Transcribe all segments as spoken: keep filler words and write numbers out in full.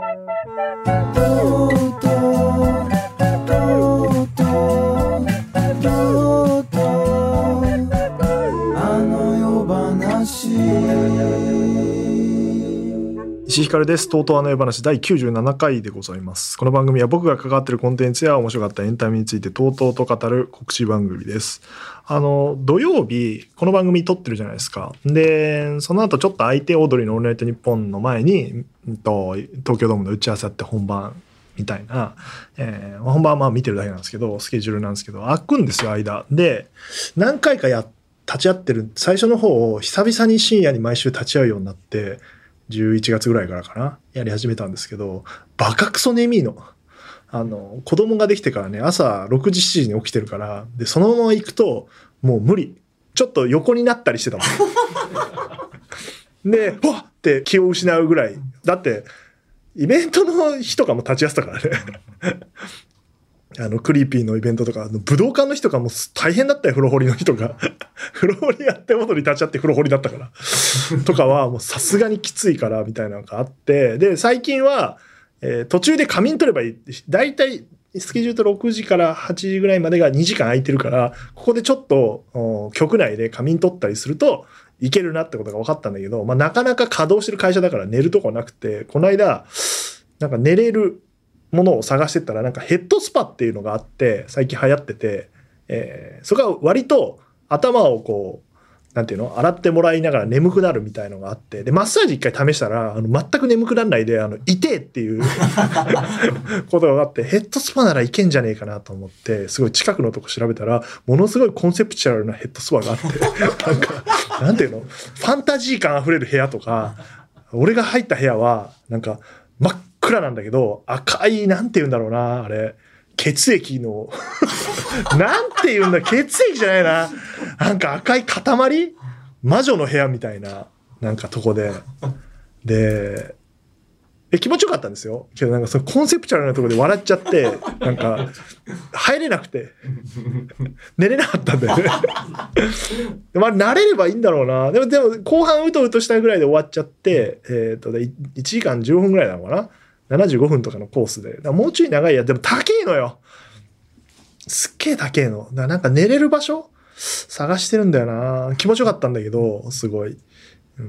石井ひかるです。とうとうあの世話だいきゅうじゅうななかいでございます。この番組は僕が関わっているコンテンツや面白かったエンタメについてとうとうと語る告知番組です。あの土曜日この番組撮ってるじゃないですか。でその後ちょっと空いてオードリーのオールナイトニッポンの前に、うん、と東京ドームの打ち合わせやって本番みたいな、えー、本番はまあ見てるだけなんですけどスケジュールなんですけど開くんですよ間で何回かや立ち会ってる最初の方を久々に深夜に毎週立ち会うようになってじゅういちがつぐらいからかなやり始めたんですけどバカクソ眠いのあの子供ができてからね朝ろくじしちじに起きてるからでそのまま行くともう無理ちょっと横になったりしてたもんでわっって気を失うぐらいだってイベントの日とかも立ち会ってたからねあのクリーピーのイベントとか武道館の日とかも大変だったよ風呂掘りの日とか風呂掘りやって元に立ち会って風呂掘りだったからとかはもうさすがにきついからみたいなのがあってで最近は、えー、途中で仮眠取ればいいだいたいスケジュールとろくじからはちじぐらいまでがにじかん空いてるからここでちょっと局内で仮眠取ったりするといけるなってことが分かったんだけど、まあ、なかなか稼働してる会社だから寝るとこなくてこの間なんか寝れるものを探してったらなんかヘッドスパっていうのがあって最近流行ってて、えー、それが割と頭をこうなんていうの洗ってもらいながら眠くなるみたいのがあってでマッサージ一回試したらあの全く眠くならないであの痛えっていうことがあってヘッドスパならいけんじゃねえかなと思ってすごい近くのとこ調べたらものすごいコンセプチュアルなヘッドスパがあってなんかなんていうのファンタジー感あふれる部屋とか俺が入った部屋はなんか真っ暗なんだけど赤いなんて言うんだろうなあれ血液のなんて言うんだ血液じゃないななんか赤い塊魔女の部屋みたいななんかとこででえ気持ちよかったんですよけどなんかそのコンセプチュアルなところで笑っちゃってなんか入れなくて寝れなかったんだよねで、まあ、慣れればいいんだろうなでもでも後半うとうとしたぐらいで終わっちゃってえっといちじかんじゅうごふんぐらいなのかなななじゅうごふんとかのコースでだからもうちょい長いやでも高えのよすっげえ高えのだからなんか寝れる場所探してるんだよな気持ちよかったんだけどすごい、うん、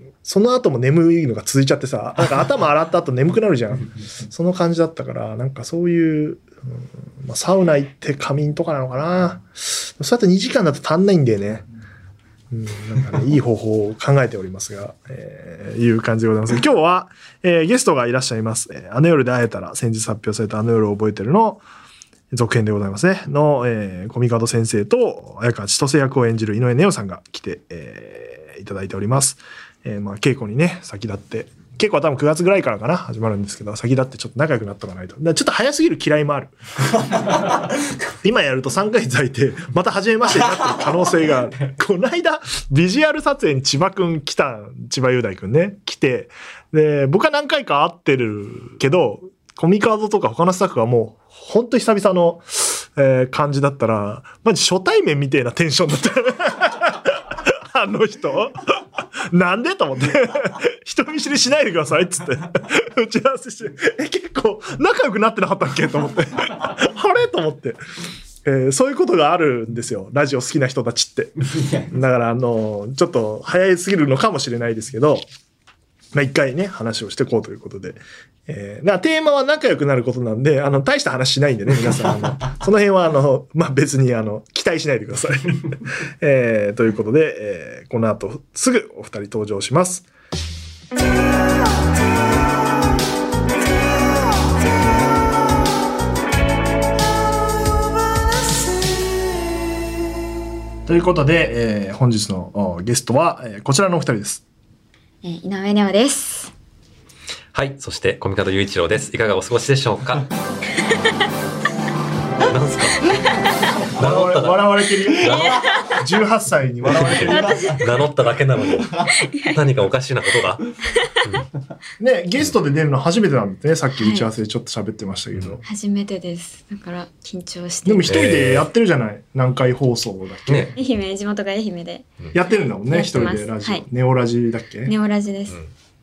その後も眠いのが続いちゃってさなんか頭洗った後眠くなるじゃんその感じだったからなんかそういう、うんまあ、サウナ行って仮眠とかなのかなそうやってにじかんだと足んないんだよねうん、なんかね、いい方法を考えておりますが、えー、いう感じでございます。今日は、えー、ゲストがいらっしゃいます。えー、あの夜で会えたら、先日発表されたあの夜を覚えてるの続編でございますね。の、えー、コミカド先生と、綾川千歳役を演じる井上ネオさんが来て、えー、いただいております。えー、まあ、稽古にね、先立って、結構多分くがつぐらいからかな始まるんですけど先立ってちょっと仲良くなっとかないとちょっと早すぎる嫌いもある今やるとさんかげつ空いてまた初めましてになってる可能性がこの間ビジュアル撮影に千葉くん来た千葉雄大くんね来てで僕は何回か会ってるけどコミカードとか他のスタッフはもうほんと久々の、えー、感じだったらマジ初対面みたいなテンションだったあの人なんでと思って人見知りしないでくださいっつって打ち合わせしてえ結構仲良くなってなかったっけと思ってあれと思って、えー、そういうことがあるんですよラジオ好きな人たちってだからあのちょっと早すぎるのかもしれないですけどまあ一回ね話をしていこうということで、えー、だからテーマは仲良くなることなんであの大した話しないんでね皆さんあのその辺はあの、まあ、別にあの期待しないでください、えー、ということで、えー、この後すぐお二人登場しますということで、えー、本日のゲストは、えー、こちらのお二人です。 えー、井上ネオです。 はい、そしてコミカド雄一郎です。いかがお過ごしでしょうか。なんすか。 笑, 笑われてるよ。じゅうはっさいに笑われてるよ。 名乗っただけなのに何かおかしいなことが。 うん、ねゲストで出るの初めてなんでね。さっき打ち合わせでちょっと喋ってましたけど。 はい、初めてです。だから緊張して。 でも一人でやってるじゃない。えー、南海放送だっけ。ね、 愛媛地元が愛媛でやってるんだもんね。一人でラジオ、はい、ネオラジだっけ。 ネオラジです。うん、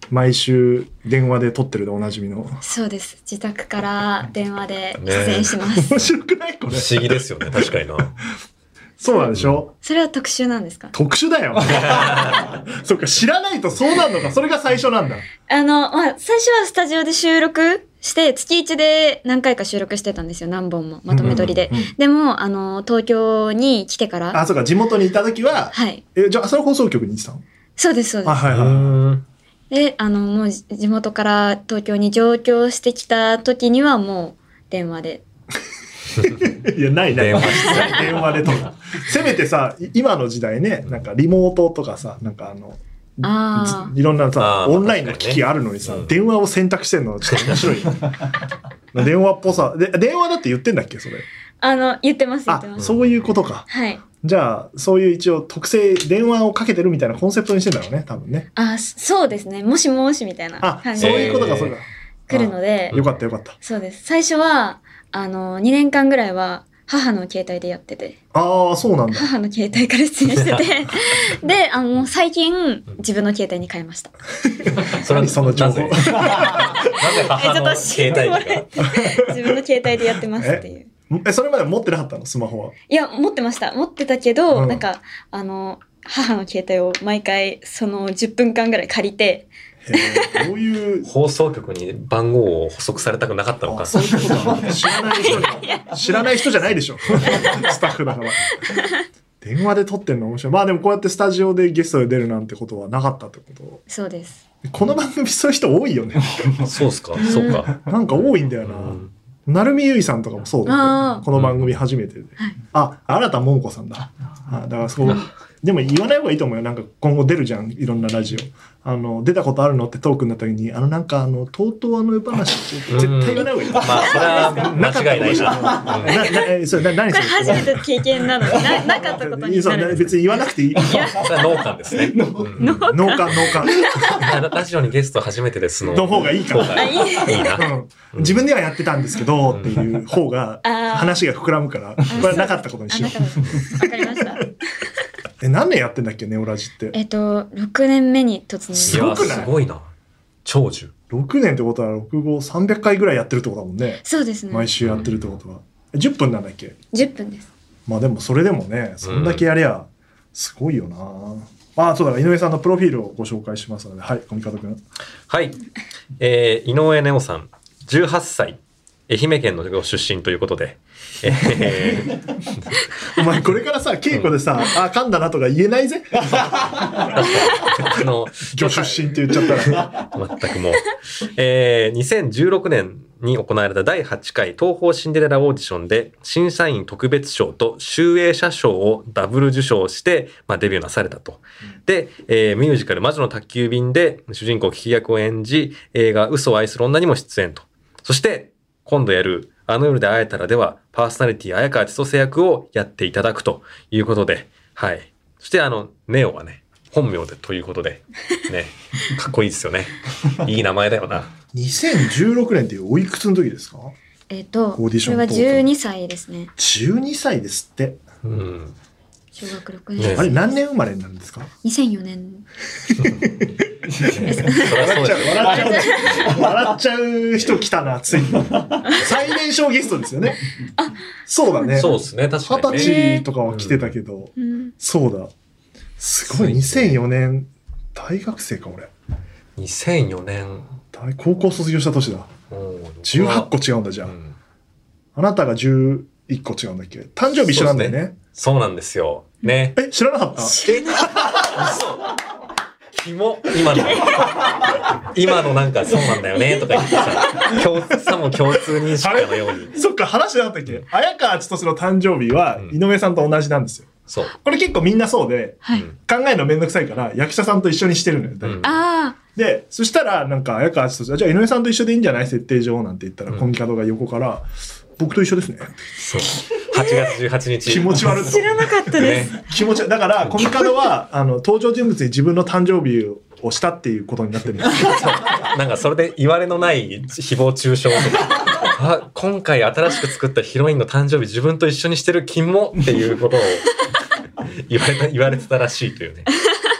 毎週電話で撮ってるでおなじみの。 そうです。自宅から電話でね出演します。 面白くないこれ。 不思議ですよね、確かにな。 そうなんでしょ、 それは特集なんですか？ 特殊だよ。そっか、知らないとそうなんのか。それが最初なんだ。 あの、まあ、最初はスタジオで収録して、月いちで何回か収録してたんですよ。何本も。まとめ撮りで。 うんうんうんでも、あの、東京に来てから。 あ、そうか、地元にいた時は、 はい。 え、じゃあ、それ放送局に行ってたの？ そうです、そうであ、 す。 はいはい。 うんで、あの、もうじ地元から東京に上京してきた時にはもう電話で。 いや、ないない。 電話して電話で撮る。せめてさ、い今の時代ね、なんかリモートとかさ、なんかあの、 あいろんなさあ、ーオンラインの機器あるのにさ、 確かにね電話を選択してんのちょっと面白いよ。電話っぽさ。で、電話だって言ってんだっけそれ。 あ。あの、言ってます、言ってあ、 ます。 そういうことか。 はい。 じゃあ、そういう一応特性、電話をかけてるみたいなコンセプトにしてんだろうね、多分ね。 あ、そそうですね。もしもしみたいなあ、 感じそういうことか、 えーそうか。 来るのであ、よかったよかった。 そうです。最初は、あの、にねんかんぐらいは母の携帯でやってて、 ああ、そうなんだ。 母の携帯から出演してて、で、あの、もう最近、自分の携帯に変えました。 それは何その情報なぜなぜ母の携帯機が。 自分の携帯でやってますっていう。 え、それまで持ってなかったのスマホは。 いや、持ってました。持ってたけど、 うんなんか、あの、母の携帯を毎回、そのじゅっぷんかんぐらい借りて、 へえ、どういう。 放送局に番号を補足されたくなかったのか。 あ、そういうことだ。知らない人に。知らない人じゃないでしょ。スタッフだから。電話で撮ってんの面白い。まあでもこうやってスタジオでゲストで出るなんてことはなかったってこそうです。 と。この番組そういう人多いよね。 そうっすか、そうか。 なんか多いんだよな。 うん成海結衣さんとかもそうだよあーこの番組初めてで。 はいあ、新田桃子さんだ。あだからそう、でも言わない方がいいと思うよ。なんか今後出るじゃん。いろんなラジオ。あの、出たことあるのってトークになった時に、あのなんかあの、とうとうあの夜話って絶対言わない方がいい。 まあ、それは間違いないな。 な、な、えそれな何こそれれ初めての経験なのにな、なかったことにそうなるんです別に言わなくていい。 それは農家ですね。うん農家、農家。 ラジオにゲスト初めてですの。 の方がいいから方がいいいいな。 うん自分ではやってたんですけど、っていう方があー話が膨らむから、これなかったことにしよあなかったですわかりました。 う。え、何年やってんだっけ、ネオラジって。 えっと、ろくねんめに突入いや、 すごくないすごいな。長寿。 ろくねんってことはろくご、さんびゃっかいぐらいやってるってことだもんね。 そうですね。 毎週やってるってことは。えじゅっぷんなんだっけ。 じゅっぷんです。 まあでもそれでもね、そんだけやりゃ、すごいよな。あ、そうだ、井上さんのプロフィールをご紹介しますので、はい、コミカドくん。 はい。えー、井上ネオさん、じゅうはっさい、愛媛県のご出身ということで、えー、 お前これからさ、稽古でさ、あ、噛んだなとか言えないぜ。 あの、 ご出身って言っちゃったら。 全くもう。えー、にせんじゅうろくねんに行われただいはちかい東宝シンデレラオーディションで審査員特別賞と集英社賞をダブル受賞して、まあ、デビューなされたと。で、えー、ミュージカル魔女の宅急便で主人公聞き役を演じ、映画嘘を愛する女にも出演と。そして今度やるあの夜で会えたらではパーソナリティ綾川千歳役をやっていただくということで、はい。そしてあの、ネオはね、本名でということで、ね、かっこいいですよね。いい名前だよな。 にせんじゅうろくねんっておいくつの時ですか？ えっと、 オーディションこれはじゅうにさいですね。 じゅうにさいですって。 うん。 小学ろくねん。 ねあれ何年生まれになるんですか？ にせんよねん。 そりゃそうだよ。 笑っちゃう。笑っちゃう人来たな、ついに。最年少ゲストですよね。そうだね。 そうですね、確かに、ね。 二十歳とかは来てたけど、 うん。 そうだ。すごい、にせんよねん、大学生か、俺。 にせんよねん。 大高校卒業した年だ。 おじゅうはっこ違うんだ、じゃあ。 うんあなたがじゅういっこ違うんだっけ？誕生日一緒なんだよね。 そうなんですよ。ね。 え、知らなかった？ え嘘キモ今の。今のなんかそうなんだよねとか言ってさ、共さも共通認識かのように。 そっか、話なかったっけ？綾川千歳の誕生日はうん井上さんと同じなんですよ。 そう。 これ結構みんなそうで、 はい。 うん考えるのめんどくさいから役者さんと一緒にしてるのよ。大体うんあで、そしたらなんか綾川千歳、じゃあ井上さんと一緒でいいんじゃない設定上なんて言ったら、 うんコミカドが横から、僕と一緒ですね。 そう。はちがつじゅうはちにち。 気持ち悪いあ、知らなかったです。 ね。 気持ち悪い。だから、コミカドは、あの、登場人物に自分の誕生日をしたっていうことになってるんですよ。 なんかそれで言われのない誹謗中傷とか。あ、今回新しく作ったヒロインの誕生日自分と一緒にしてるキモっていうことを言われた、言われてたらしいというね。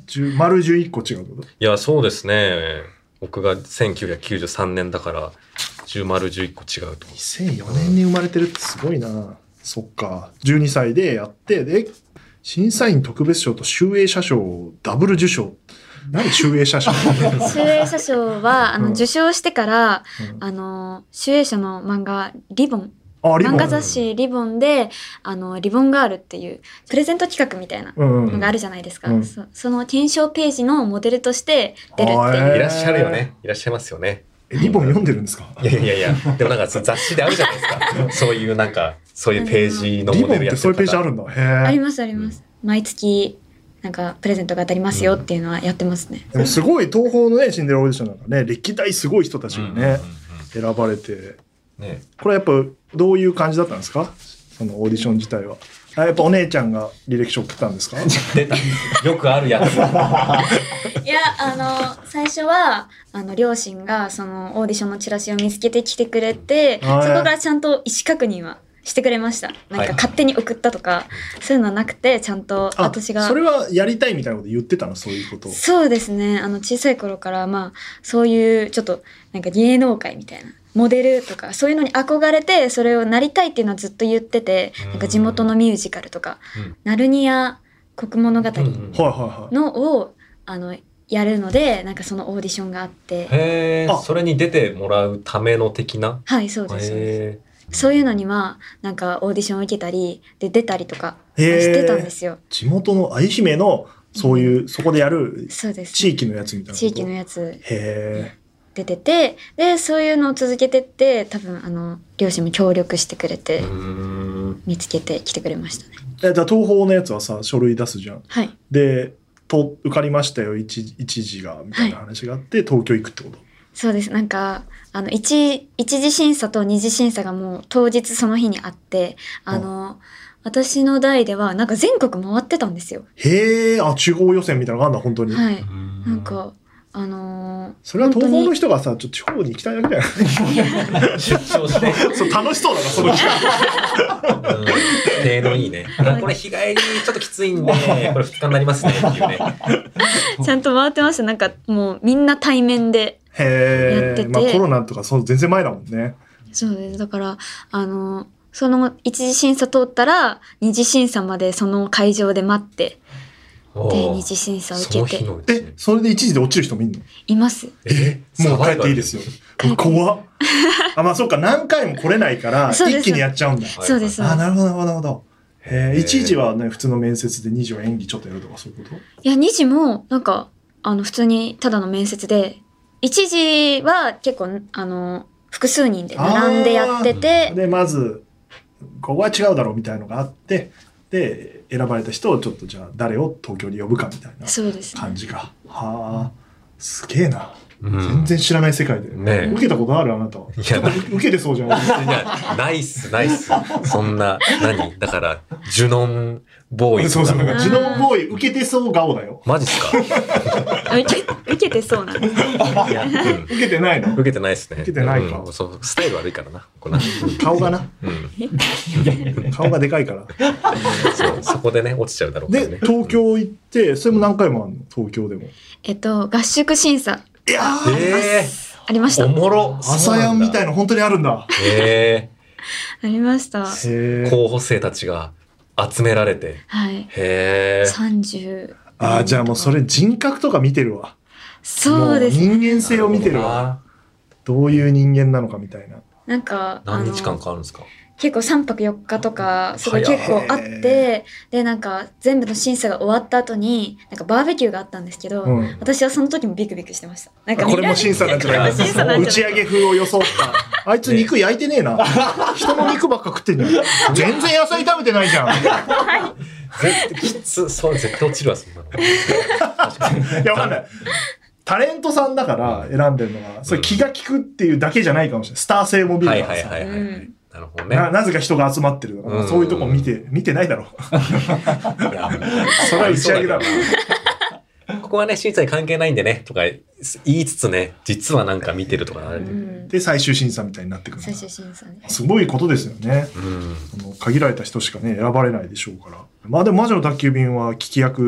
じゅう丸じゅういっこ違うってこと？ いや、そうですね。僕がせんきゅうひゃくきゅうじゅうさんねんだから、じゅう丸じゅういっこ違うと。 にせんよねんに生まれてるってすごいな。そっか。じゅうにさいでやって、で、審査員特別賞と集英社賞をダブル受賞。何集英社賞集英社賞は、あの、 うん受賞してから、 うんあの、集英社の漫画、リボン。 あ、リボン。 漫画雑誌リボンで、あの、リボンガールっていう、プレゼント企画みたいなうんうんのがあるじゃないですか。 うんそその検証ページのモデルとして出るってあーいう。 いらっしゃるよね。いらっしゃいますよね。 えリボン読んでるんですか？ いやいやいや、でもなんかその雑誌であるじゃないですか。そういうなんか、そういうページのリモデルやってボンってそういうページあるるんだ。へえ。 ありますあります。毎月、なんか、プレゼントが当たりますよっていうのはやってますね。 でもすごい東宝のね、シンデレラオーディションなんかね、歴代すごい人たちがね、 うんうんうんうん選ばれて。 ね。 これやっぱどういう感じだったんですか？そのオーディション自体は。あ、やっぱお姉ちゃんが履歴書送ったんですか？ 出た。よくあるやつ。 いや、あの、最初は、あの、両親が、その、オーディションのチラシを見つけてきてくれて、そこはいからちゃんと意思確認はしてくれました。なんはいか勝手に送ったとか、そういうのはなくて、ちゃんとあ、 私が。 それはやりたいみたいなこと言ってたの？そういうこと。 そうですね。あの、小さい頃から、まあ、そういう、ちょっと、なんか芸能界みたいな、モデルとか、そういうのに憧れて、それをなりたいっていうのはずっと言ってて、 うんなんか地元のミュージカルとか、 うんナルニア国物語うんうんはいはいはい。 のを、あの、やるので、なんかそのオーディションがあって、 へえ、 あそれに出てもらうための的な。 はい、そうです。そうですへそういうのには、なんかオーディションを受けたり、で、出たりとかしへーてたんですよ。 地元の愛媛のそういう、そこでやるそうです。 地域のやつみたいなこと。 地域のやつへ出てて、で、そういうのを続けてって、多分、あの、両親も協力してくれてえ。う、ーん。 見つけてきてくれましたね。 え。じゃあ東宝のやつはさ、書類出すじゃん。 はい。 で、と受かりましたよ、一一時が、みたいな話があって、東京行くってこと？ そうです。なんか、あの、一、一次審査と二次審査がもう当日その日にあって、あの、私の代では、なんか全国回ってたんですよ。 へえ、あ、地方予選みたいなのがあるんだ、本当に。 はい。なんか、あのーそれは東宝の本人がさ、ちょっと地方に行きたいだけだよね。 出張して。 そう楽しそうだな、その期間。 うん。程度いいね。これ日帰りちょっときついんで、これふつかになりますねっていうね。 当にちゃんと回ってました。なんかもうみんな対面で。 へえ。 やっててまあコロナとかその全然前だもんね。 そうです。だから、あのーその一次審査通ったら、二次審査までその会場で待って、で、二次審査を受けてその日のうちえに、 それで一時で落ちる人もいんの？ います。 えもう帰っていいですよ。 帰って怖っ。あ、まあそっか、何回も来れないから、 そうです一気にやっちゃうんだ。 はいそうです。そうであ、 すなるほど、なるほど、なるほど。へえ、 へー一時はね、普通の面接で二時は演技ちょっとやるとかそういうこと？ いや、二次も、なんか、あの、普通にただの面接で、一次は結構、あの、複数人で並んでやってて、 で、まず、ここは違うだろうみたいなのがあって、で、選ばれた人をちょっとじゃあ誰を東京に呼ぶかみたいなそうですね。 感じか。はあ、すげえな。 うん全然知らない世界で。 ねえ受けたことあるあなたは。 いやちょっと受けてそうじゃない？ いや、ナイス、ナイス。そんな、何だから、ジュノンボーイそうそう。 とかの。 ジュノンボーイ受けてそう顔だよ。 マジっすか？ 受け受けてそうなんです。 いや、うん受けてないの？ 受けてないですね。 受けてないかうんそう、スタイル悪いからな。こな顔がな。 うん。 顔がでかいから。 そう、そこでね、落ちちゃうだろうからで、 ね。 東京行って、それも何回もあるの？東京でも。 えっと、合宿審査いやー、 えー、 ありました。 おもろ。 朝やんみたいな。 な本当にあるんだ。 へありました。 へーえ。 候補生たちが集められて。 はい。 へー。 さんじゅう。 ああ、じゃあもうそれ人格とか見てるわ。 そうです。 もう人間性を見てるわ。どういう人間なのかみたいな。 なんか、 何日間あのかあるんですか？ 結構さんぱくよっかとか、すごい早い結構あって、で、なんか全部の審査が終わった後に、なんかバーベキューがあったんですけど、 うん私はその時もビクビクしてました。なんかこれも審査なんじゃない審査なん打ちじゃない上げ風を装った。あいつ肉焼いてねえな。人の肉ばっか食ってんじゃん。全然野菜食べてないじゃん。い絶対きつ、そう、絶対落ちるわ、そんなの。 や、わかんない。タレントさんだから選んでるのは、それ気が利くっていうだけじゃないかもしれない。スター性も見るはいからさ。 はいはいはい。 うんなるほどね。 ななぜか人が集まってるとか、 うんそういうとこ見て、見てないだろ。 いやそれは打ち上げだろ。 ここはね、審査に関係ないんでね、とか言いつつね、実はなんか見てるとかある。 ううん。 んで、最終審査みたいになってくるんだ最終審査ね。 すごいことですよね。あの限られた人しかね、選ばれないでしょうから。まあでも、魔女の宅急便は聞き役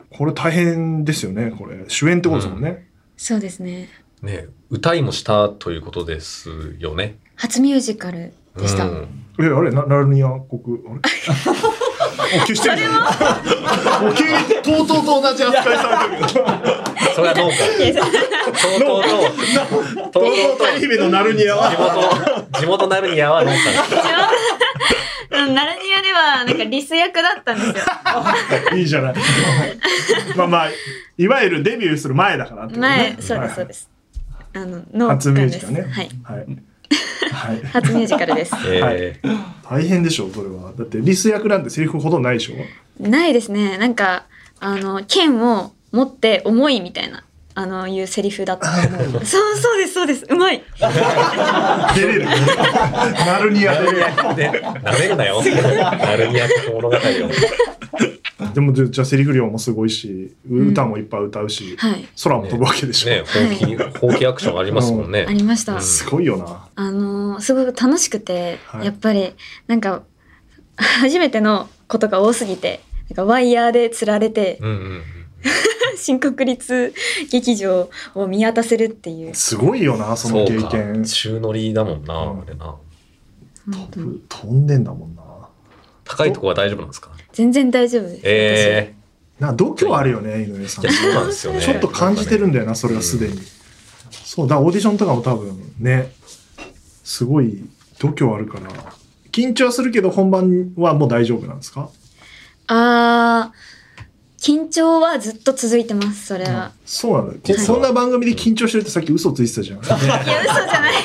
これ大変ですよね、これ。主演ってことですもんね。うん、 そうですね。 ね、歌いもしたということですよね。 初ミュージカルでした。うん、 え、あれ、ナルニア国、あれ消してる。もう急にとうとうと同じ扱いされてるけど。 それは農家。とうとうと、 とうとうと愛媛のナルニアは。 地元、地元ナルニアは農家。 ナルニアではなんかリス役だったんですよ。 いいじゃない。まあまあ、いわゆるデビューする前だからって、ね。 前、そうです、そうです。あの、農家です。 初ミュージカルね。 はい。 はい。はい、 初ミュージカルです。 えーはい、大変でしょそれは。だってリス役なんてセリフほとんどないでしょ。 ないですね。なんかあの剣を持って重いみたいなあのいうセリフだったと思う。そうそうですそうです。うまい。 出れる。ナルニアで。なめるなよ。ナルニアって物語よ。 でもじゃあセリフ量もすごいし、歌もいっぱい歌うし、 うんはい、 空も飛ぶわけでしょ。 ね、ほうき、ほうきアクションありますもんね。 ありました、 うん。すごいよな。 あのー、すごく楽しくて、はい、やっぱりなんか初めてのことが多すぎて、なんかワイヤーで吊られて、うんうん、新国立劇場を見渡せるっていう。 すごいよなその経験。 宙乗りだもんな、うん、あれな。 飛ぶ飛んでんだもんな。 高いとこは大丈夫なんですか？ 全然大丈夫です。 えー、な度胸あるよね、井上さん。 そうなんですよね。 ちょっと感じてるんだよな、それがすでに。うん、そうだ、オーディションとかも多分ね、すごい度胸あるから。緊張するけど本番はもう大丈夫なんですか？ あー。緊張はずっと続いてます、それは。うん、 そうなんだ。はい、そんな番組で緊張してるってさっき嘘ついてたじゃん。いや、 嘘じゃない。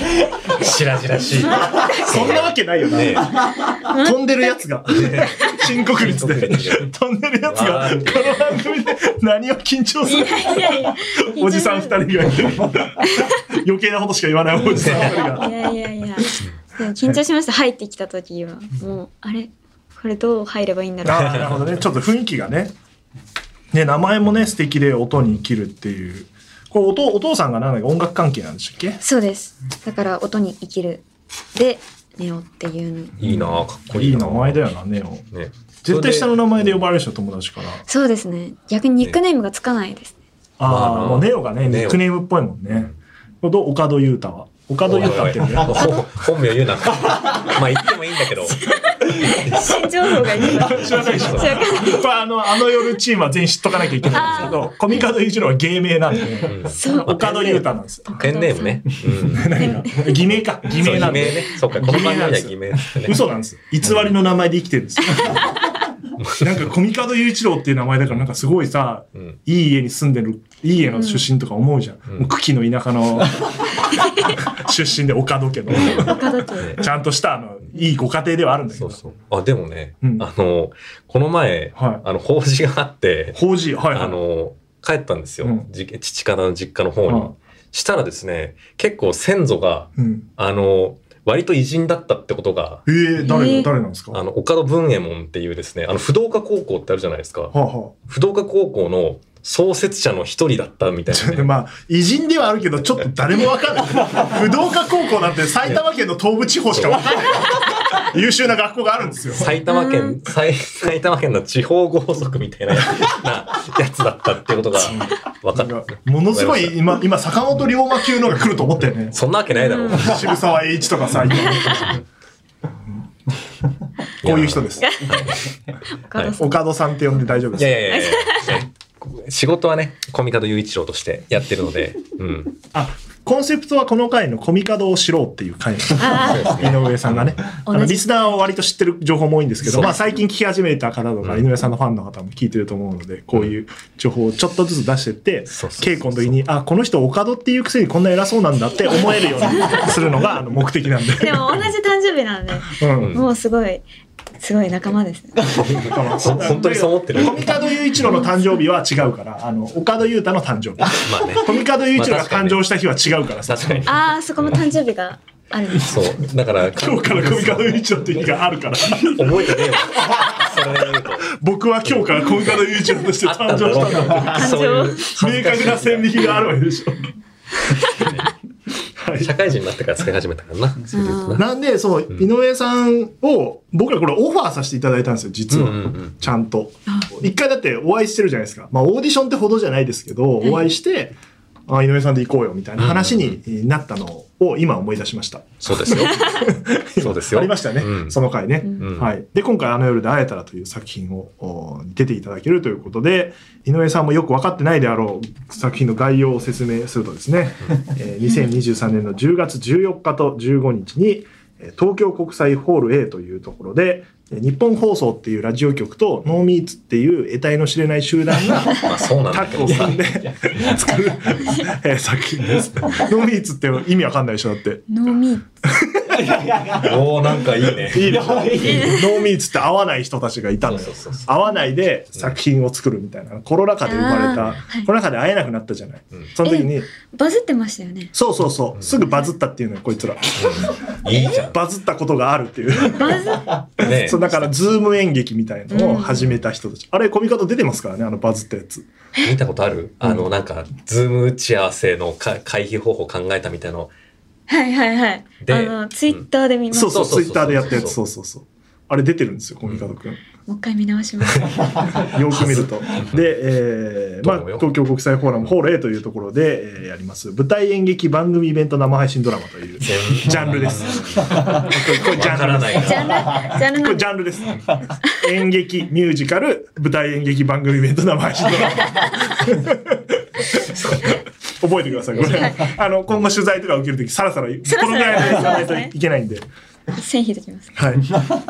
しらじらしい。そんなわけないよね。飛んでるやつが。新国立で。飛んでるやつが、この番組で何を緊張する。いやいやいやおじさん二人がいる。余計なことしか言わないおじさん二人が。 いやいやいや。でも緊張しました、入ってきた時は。もう、あれこれどう入ればいいんだろう。 ああ、なるほどね。ちょっと雰囲気がね。ね、名前もね素敵で音に生きるっていう。これ お, お父さんが何だか音楽関係なんでしたっけ？ そうです。だから音に生きるでネオっていうの。 いいな、かっこいいいい名前だよなネオ。ね、絶対下の名前で呼ばれる人友達から。 そうですね。逆にニックネームがつかないですね。 ああ、もうネオがねニックネームっぽいもんね。これどう岡戸裕太は？岡戸裕太って言うんだよ。 本名言うな。まあ言ってもいいんだけど。 新情報がいいな。 知らないでしょ。これあのあの夜チームは全員知っとかなきゃいけないんですけど、コミカド裕次郎は芸名なんで、うん、岡戸裕太なんですよ。 ペンネームね。 うん、偽名か偽名なんで。 偽名ね。そうか。この番組は偽名ですね。 嘘なんですよ。偽りの名前で生きてるんですよ。なんかコミカド裕一郎っていう名前だからなんかすごいさ、うん、いい家に住んでるいい家の出身とか思うじゃん、うん、もう茎の田舎の出身で岡戸家のちゃんとしたあのいいご家庭ではあるんだけど。 そうそう。あでもね、うん、あのこの前、はい、あの法事があって法事、はいはい、 あの帰ったんですよ、うん、父方の実家の方に、うん、したらですね結構先祖が、うん、あの割と偉人だったってことが。 えー、誰、誰なんですか？ あの、岡戸文右衛門っていうですね、あの、不動科高校ってあるじゃないですか。はあはあ、不動科高校の創設者の一人だったみたいな、ね。 まあ、偉人ではあるけど、ちょっと誰もわかんない。不動科高校なんて埼玉県の東部地方しかわかんない。優秀な学校があるんですよ。 埼玉県、埼, 埼玉県の地方豪族みたいな や, なやつだったってことが分かった。 ものすごい今、今、坂本龍馬級のが来ると思ったよね。 そんなわけないだろう。 渋沢栄一とかさ、今こういう人です。はい、岡戸さんって呼んで大丈夫ですか？ いやいやいやいや仕事はね、コミカド雄一郎としてやってるので。うん、あ、 コンセプトはこの回のコミカドを知ろうっていう回井上さんがね、あのリスナーは割と知ってる情報も多いんですけど、まあ最近聞き始めた方とか、井上さんのファンの方も聞いてると思うので、こういう情報をちょっとずつ出してって、稽古の時に、あ、この人岡戸っていうくせにこんな偉そうなんだって思えるようにするのがあの目的なんで。 でも同じ誕生日なんで、うん、もうすごい。すごい仲間ですね。 本当にそう思ってる。 コミカド雄一郎の誕生日は違うから、あの岡戸裕太の誕生日。まあね。コミカド雄一郎が誕生した日は違うからさ。 確かに。 ああ、そこも誕生日があるんです。 そう。だから今日からコミカド雄一郎っていう日があるから。 覚えてねえわ。それ言うと。 僕は今日からコミカド雄一郎として誕生したんだって。 誕生。 明確な線引きがあるわけでしょ。 はい、 社会人になってから使い始めたからな。それで言うとな。 なんで、そう、井上さんを、僕らこれオファーさせていただいたんですよ、実は。 うんうんうん、 ちゃんと。一回だってお会いしてるじゃないですか。まあ、オーディションってほどじゃないですけど、お会いして、あ、井上さんで行こうよ、みたいな話になったのを今思い出しました。 そうですよ。そうですよ。 ありましたね、うん、その回ね、 うん。 はい。で、今回あの夜で会えたらという作品を出ていただけるということで、井上さんもよく分かってないであろう作品の概要を説明するとですね、えー、にせんにじゅうさんねんのじゅうがつじゅうよっかとじゅうごにちに東京国際ホール A というところで、日本放送っていうラジオ局とノーミーツっていう得体の知れない集団がタッグを組んで作る作品です。ノーミーツって意味わかんないでしょだって。 ノーミーツ。 おーなんかいいね。 いいね。ノーミーツって合わない人たちがいたんだよ。合わないで作品を作るみたいな。コロナ禍で生まれた、はい、コロナ禍で会えなくなったじゃない。うん、その時にバズってましたよね。 そうそうそう。すぐバズったっていうのよこいつら。 うん、いいじゃん。 バズったことがあるっていう。 バズね。 そうだからズーム演劇みたいのを始めた人たち、うん、あれコミカド出てますからねあのバズったやつ見たことある？あのなんかズーム打ち合わせの回避方法考えたみたいなの。 はいはいはい。あのツイッターで見ました。 そうそうツイッターでやったやつそうそうそうあれ出てるんですよコミカドくん、うん、 もう一回見直しますよく見るとで、えーまあ、東京国際フォーラムホール A というところで、えー、やります舞台演劇番組イベント生配信ドラマというジャンルですこれジャンルですジャンルジャンルこれジャンルです演劇ミュージカル舞台演劇番組イベント生配信ドラマ覚えてくださいこれ、はい、あの今後取材とか受けるときさらさらこのぐらいでやらないといけないんで線引いてきます。 はい。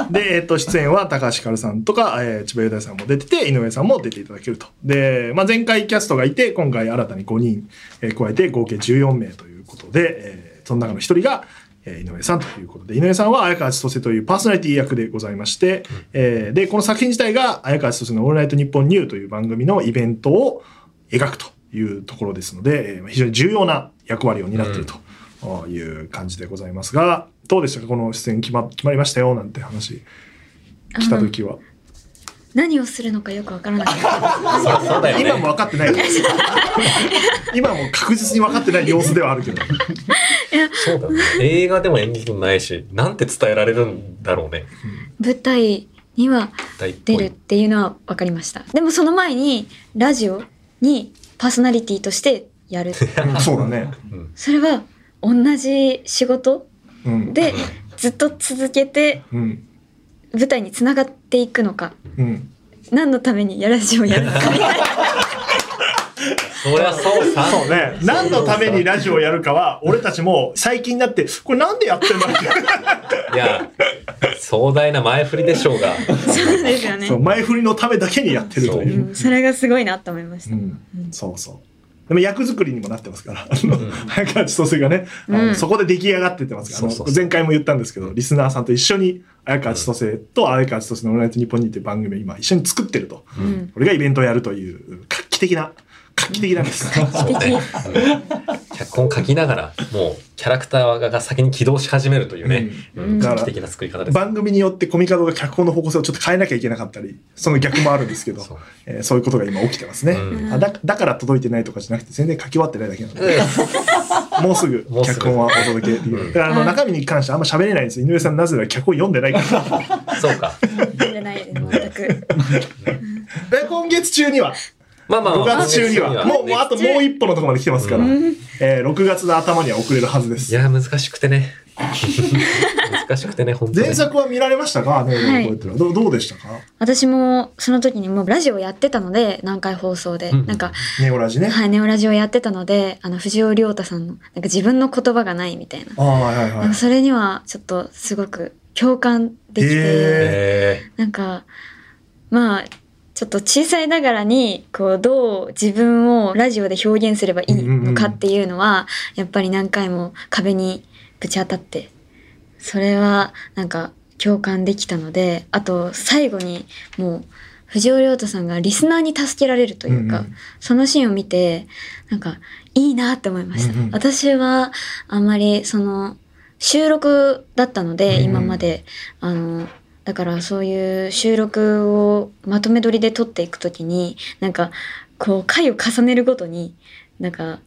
で、えっと、出演は高橋ひかるさんとか、えー、千葉雄大さんも出てて、井上さんも出ていただけると。で、まあ、前回キャストがいて、今回新たにごにん、えー、加えて合計じゅうよんめいということで、えー、その中のひとりが、えー、井上さんということで、井上さんは綾川千歳というパーソナリティ役でございまして、うんえー、で、この作品自体が綾川千歳のオールナイトニッポンニューという番組のイベントを描くというところですので、えー、非常に重要な役割を担っていると。うんという感じでございますが、どうでしたかこの出演決 ま, 決まりましたよなんて話来た時は。 何をするのかよくわからなかった。そうだよね。 今も分かってない。今も確実に分かってない様子ではあるけど。 そうだね。映画でも演劇もないし、なんて伝えられるんだろうね。 舞台には出るっていうのは分かりました。でもその前にラジオにパーソナリティとしてやる。 そうだね。 それは同じ仕事でずっと続けて舞台につながっていくのか、うん、何のためにやラジオをやるのかみたいなそりゃそうさそうね何のためにラジオをやるかは俺たちも最近になってこれなんでやってんだっていや壮大な前振りでしょうがそうですよねそう前振りのためだけにやってるという、 うん、それがすごいなと思いました、 うんうん、そうそうでも役作りにもなってますから、早川千歳がね、うん、そこで出来上がってってますから、そうそうそう前回も言ったんですけど、リスナーさんと一緒に早川千歳と早川千歳のオールナイトニッポンにっていう番組を今一緒に作ってると、うん、これがイベントをやるという画期的な画期的なんです。 画期的。 脚本書きながらもうキャラクターが先に起動し始めるというね、うんうん、画期的な作り方です。 番組によってコミカドが脚本の方向性をちょっと変えなきゃいけなかったり、その逆もあるんですけど、そう、えー、そういうことが今起きてますね、うん、だ, だから届いてないとかじゃなくて全然書き終わってないだけなので、うん、もうすぐ脚本はお届けできる。だからあの中身に関してあんま喋れないんですよ。井上さんなぜなら脚本読んでないから。 そうか。 読んでないです全く。 で今月中には。 まあまあ、 ごがつ中にはもう、もうあともう一歩のところまで来てますから、うん、えー、ろくがつの頭には送れるはずです。 いや難しくてね難しくてね本当に。 前作は見られましたか、ね、はい、ど, どうでしたか。 私もその時にもうラジオやってたので南海放送で、うん、なんかネオラジね、 はい、ネオラジをやってたので、あの藤尾亮太さんのなんか自分の言葉がないみたいな、 あ、はいはいはい、 それにはちょっとすごく共感できて、なんかまあちょっと小さいながらにこうどう自分をラジオで表現すればいいのかっていうのはやっぱり何回も壁にぶち当たって、それはなんか共感できたので、あと最後にもう藤尾亮太さんがリスナーに助けられるというか、うんうん、そのシーンを見てなんかいいなって思いました、うんうん、私はあんまりその収録だったので、うんうん、今まであのだからそういう収録をまとめ撮りで撮っていくときになんかこう回を重ねるごとになんか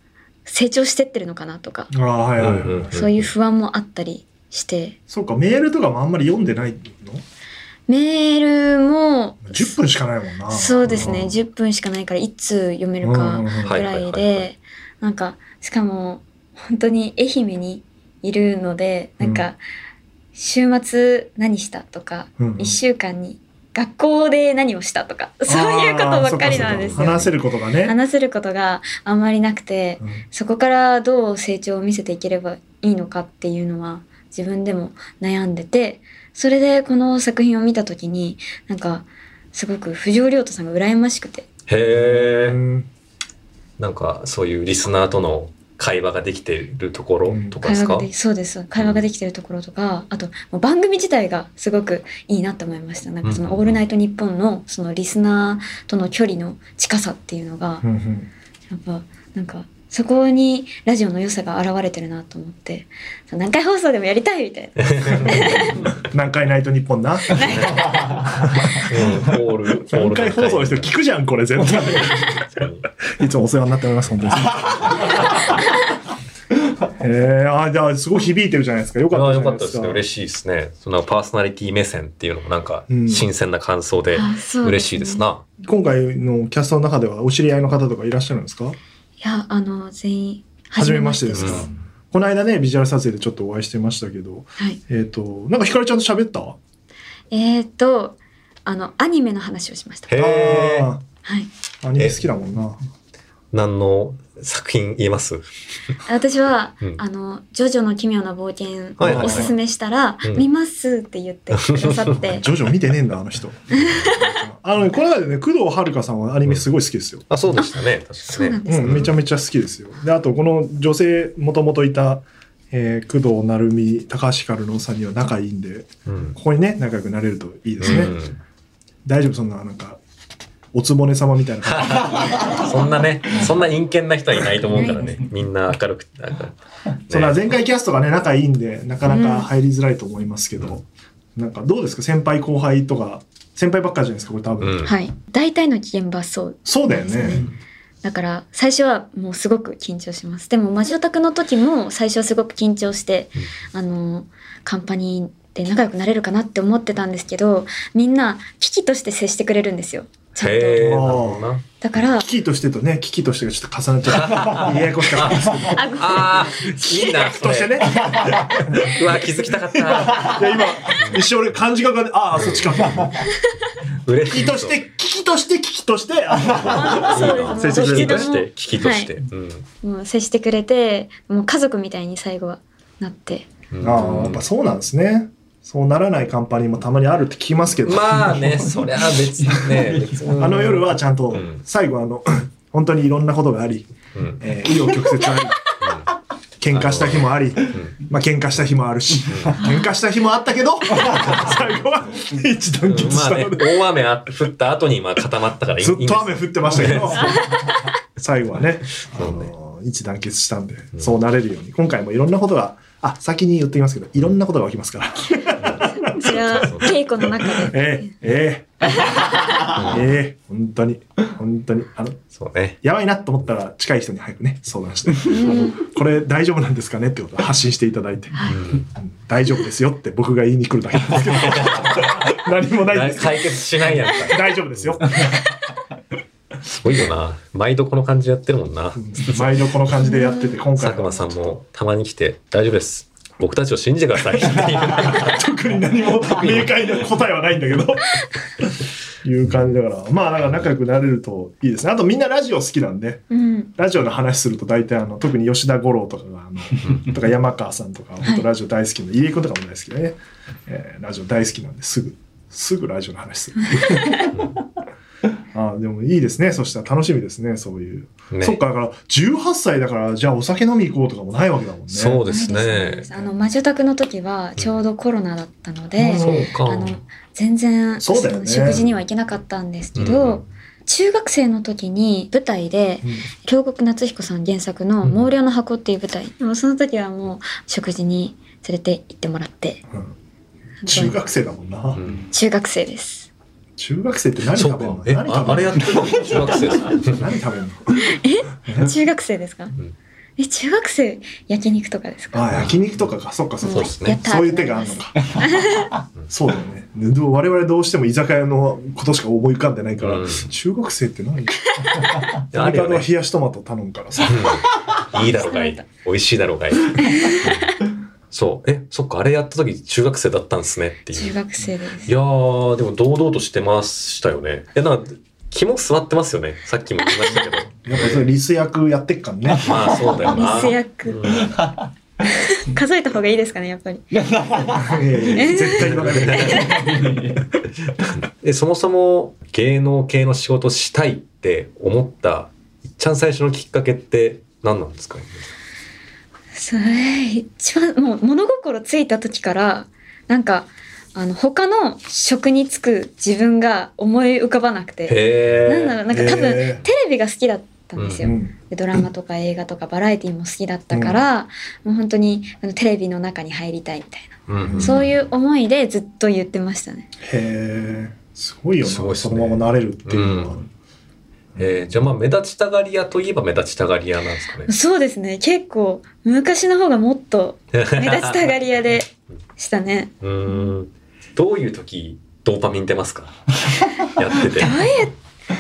成長してってるのかなとか、 あ、はいはいはい、 うんうん、 そういう不安もあったりして。 そうか、メールとかもあんまり読んでないの？ メールもじゅっぷんしかないもんな。 そうですね、じゅっぷんしかないからいつ読めるかぐらいで、なんかしかも本当に愛媛にいるので、なんか週末何したとか、うんうん、いっしゅうかんに学校で何をしたとか、そういうことばっかりなんですよ、ね。 話せることがね。 話せることがあんまりなくて、うん、そこからどう成長を見せていければいいのかっていうのは自分でも悩んでて、それでこの作品を見たときに、なんかすごく藤尾亮太さんが羨ましくて。 へー。なんかそういうリスナーとの会話ができているところとかですか？ 会話がでそうです。会話ができているところとか、あともう番組自体がすごくいいなと思いました。なんかそのオールナイトニッポンのそのリスナーとの距離の近さっていうのが、やっぱなんかそこにラジオの良さが現れてるなと思って、何回放送でもやりたいみたいな。 何回ナイトニッポンな。何回放送の人聞くじゃんこれ絶対。いつもお世話になっております本当に。えー、あじゃあすごい響いてるじゃないですか。よかったじゃないですか。 よかったですね。嬉しいですね。そのパーソナリティ目線っていうのもなんか新鮮な感想で嬉しいですな。 うん、今回のキャストの中ではお知り合いの方とかいらっしゃるんですか？ いや、あの全員初めましてですか、うん、この間ねビジュアル撮影でちょっとお会いしてましたけど、はい、えっ、ー、となんかひかるちゃんと喋った？ えっ、ー、とあのアニメの話をしました。 へー、 はい、 アニメ好きだもんな。 何の作品言えます？ 私は、うん、あのジョジョの奇妙な冒険をおすすめしたら、はいはいはい、見ますって言ってくださって、うん、 ジョジョ見てねえんだあの人。あの、ね、この中でね工藤遥さんはアニメすごい好きですよ。 うん、あそうでしたね。確かにね。 そうなんですね、 うん、めちゃめちゃ好きですよ。であとこの女性もともといた、えー、工藤成美高橋ひかるのさんには仲いいんで、うん、ここにね仲良くなれるといいですね。うん、大丈夫そんななんか。おつぼね様みたいなそんなねそんな陰険な人はいないと思うからねみんな明るくて、ね、 そんな前回キャストがね仲いいんでなかなか入りづらいと思いますけど、うん、なんかどうですか先輩後輩とか先輩ばっかじゃないですかこれ多分、 うん、はい大体の現場そう、ね、 そうだよね。 だから最初はもうすごく緊張します。でもマジオタクの時も最初はすごく緊張して、うん、あのカンパニーで仲良くなれるかなって思ってたんですけどみんな危機として接してくれるんですよ。 へー、 だから危機としてとね危機としてがちょっと重なっちゃうややこしかったですけどああいいなとしてねうわ気づきたかった。いや今一瞬俺漢字がああそっちか嬉しいとして危機として危機として接してくれて危機として、はいうん、もう接してくれてもう家族みたいに最後はなって、 うん、ああやっぱそうなんですね。そうならないカンパニーもたまにあるって聞きますけど。 まあね、そりゃ別にね。 あの夜はちゃんと、最後あの、本当にいろんなことがあり、紆余曲折あり、喧嘩した日もあり、まあ喧嘩した日もあるし、喧嘩した日もあったけど、最後は一致団結したので。 大雨降った後にまあ固まったからいい。 ずっと雨降ってましたけど、最後はね、一致団結したんで、そうなれるように。今回もいろんなことが、あ、先に言ってきますけど、いろんなことが起きますから。 それは稽古の中で。 ええ、ええ、ええ、本当に、本当に、あの、 そうね。 やばいなと思ったら近い人に早くね、相談して、うん、これ大丈夫なんですかねってことを発信していただいて、うん、大丈夫ですよって僕が言いに来るだけなんですけど、何もないです。 解決しないやんか。 大丈夫ですよ。 すごいよな。毎度この感じやってるもんな。 毎度この感じでやってて、今回佐久間さんもたまに来て大丈夫です。僕たちを信じてください。 特に何も明快な答えはないんだけど。いう感じだから、まあだから仲良くなれるといいですね。あとみんなラジオ好きなんで、うん、ラジオの話すると大体あの特に吉田五郎とかがあのとか山川さんとか本当ラジオ大好きな、はい、入江君とかも大好きでね、えー、ラジオ大好きなんですぐすぐラジオの話する。ああでもいいですね。そしたら楽しみですね。そういう、ね、そっかだからじゅうはっさいだからじゃあお酒飲み行こうとかもないわけだもんね。 そうですね。 あの魔女宅の時はちょうどコロナだったので、うん、あの全然そうだよね、食事には行けなかったんですけど、うん、中学生の時に舞台で、うん、京極夏彦さん原作の毛量の箱っていう舞台、うん、でもその時はもう食事に連れて行ってもらって、うん、 中学生だもんな、 うん、中学生です。 中学生って何食べるの？ え、あ、あれやってるの？中学生ですか？ 何食べるの？ え、中学生ですか？うん、 え、中学生焼肉とかですか？ あ、焼肉とかか。そっかそっか。 そうですね。 そういう手があるのか。そうだよね。でも我々どうしても居酒屋のことしか思い浮かんでないから、うん、中学生って何？あれは冷やしトマト頼むからさ。 うん、いいだろうがいい。美味しいだろうがいい。そう。え、そっか、あれやった時中学生だったんですねっていう。 中学生です。 いやー、でも堂々としてましたよね。いや、なんか、肝据わってますよね。さっきも言いましたけど。 やっぱそれリス役やってっからね。 まあそうだよな。 リス役。うん、数えた方がいいですかね、やっぱり。 絶対言わない。 え、そもそも芸能系の仕事したいって思った一番最初のきっかけって何なんですか？ それ一番もう物心ついた時からなんかあの他の職に就く自分が思い浮かばなくて、 へなんだろう、なんか多分テレビが好きだったんですよ、 うん、 でドラマとか映画とかバラエティも好きだったから、うん、もう本当にあのテレビの中に入りたいみたいな、うん、そういう思いでずっと言ってましたね。 へー、すごいよな、すごいですね、そのままなれるっていうのは、うん、 えー、じゃあまあ目立ちたがり屋といえば目立ちたがり屋なんですかね。 そうですね、結構昔の方がもっと目立ちたがり屋でしたね。 うーん、どういう時ドーパミン出ますか？やってて。 どういう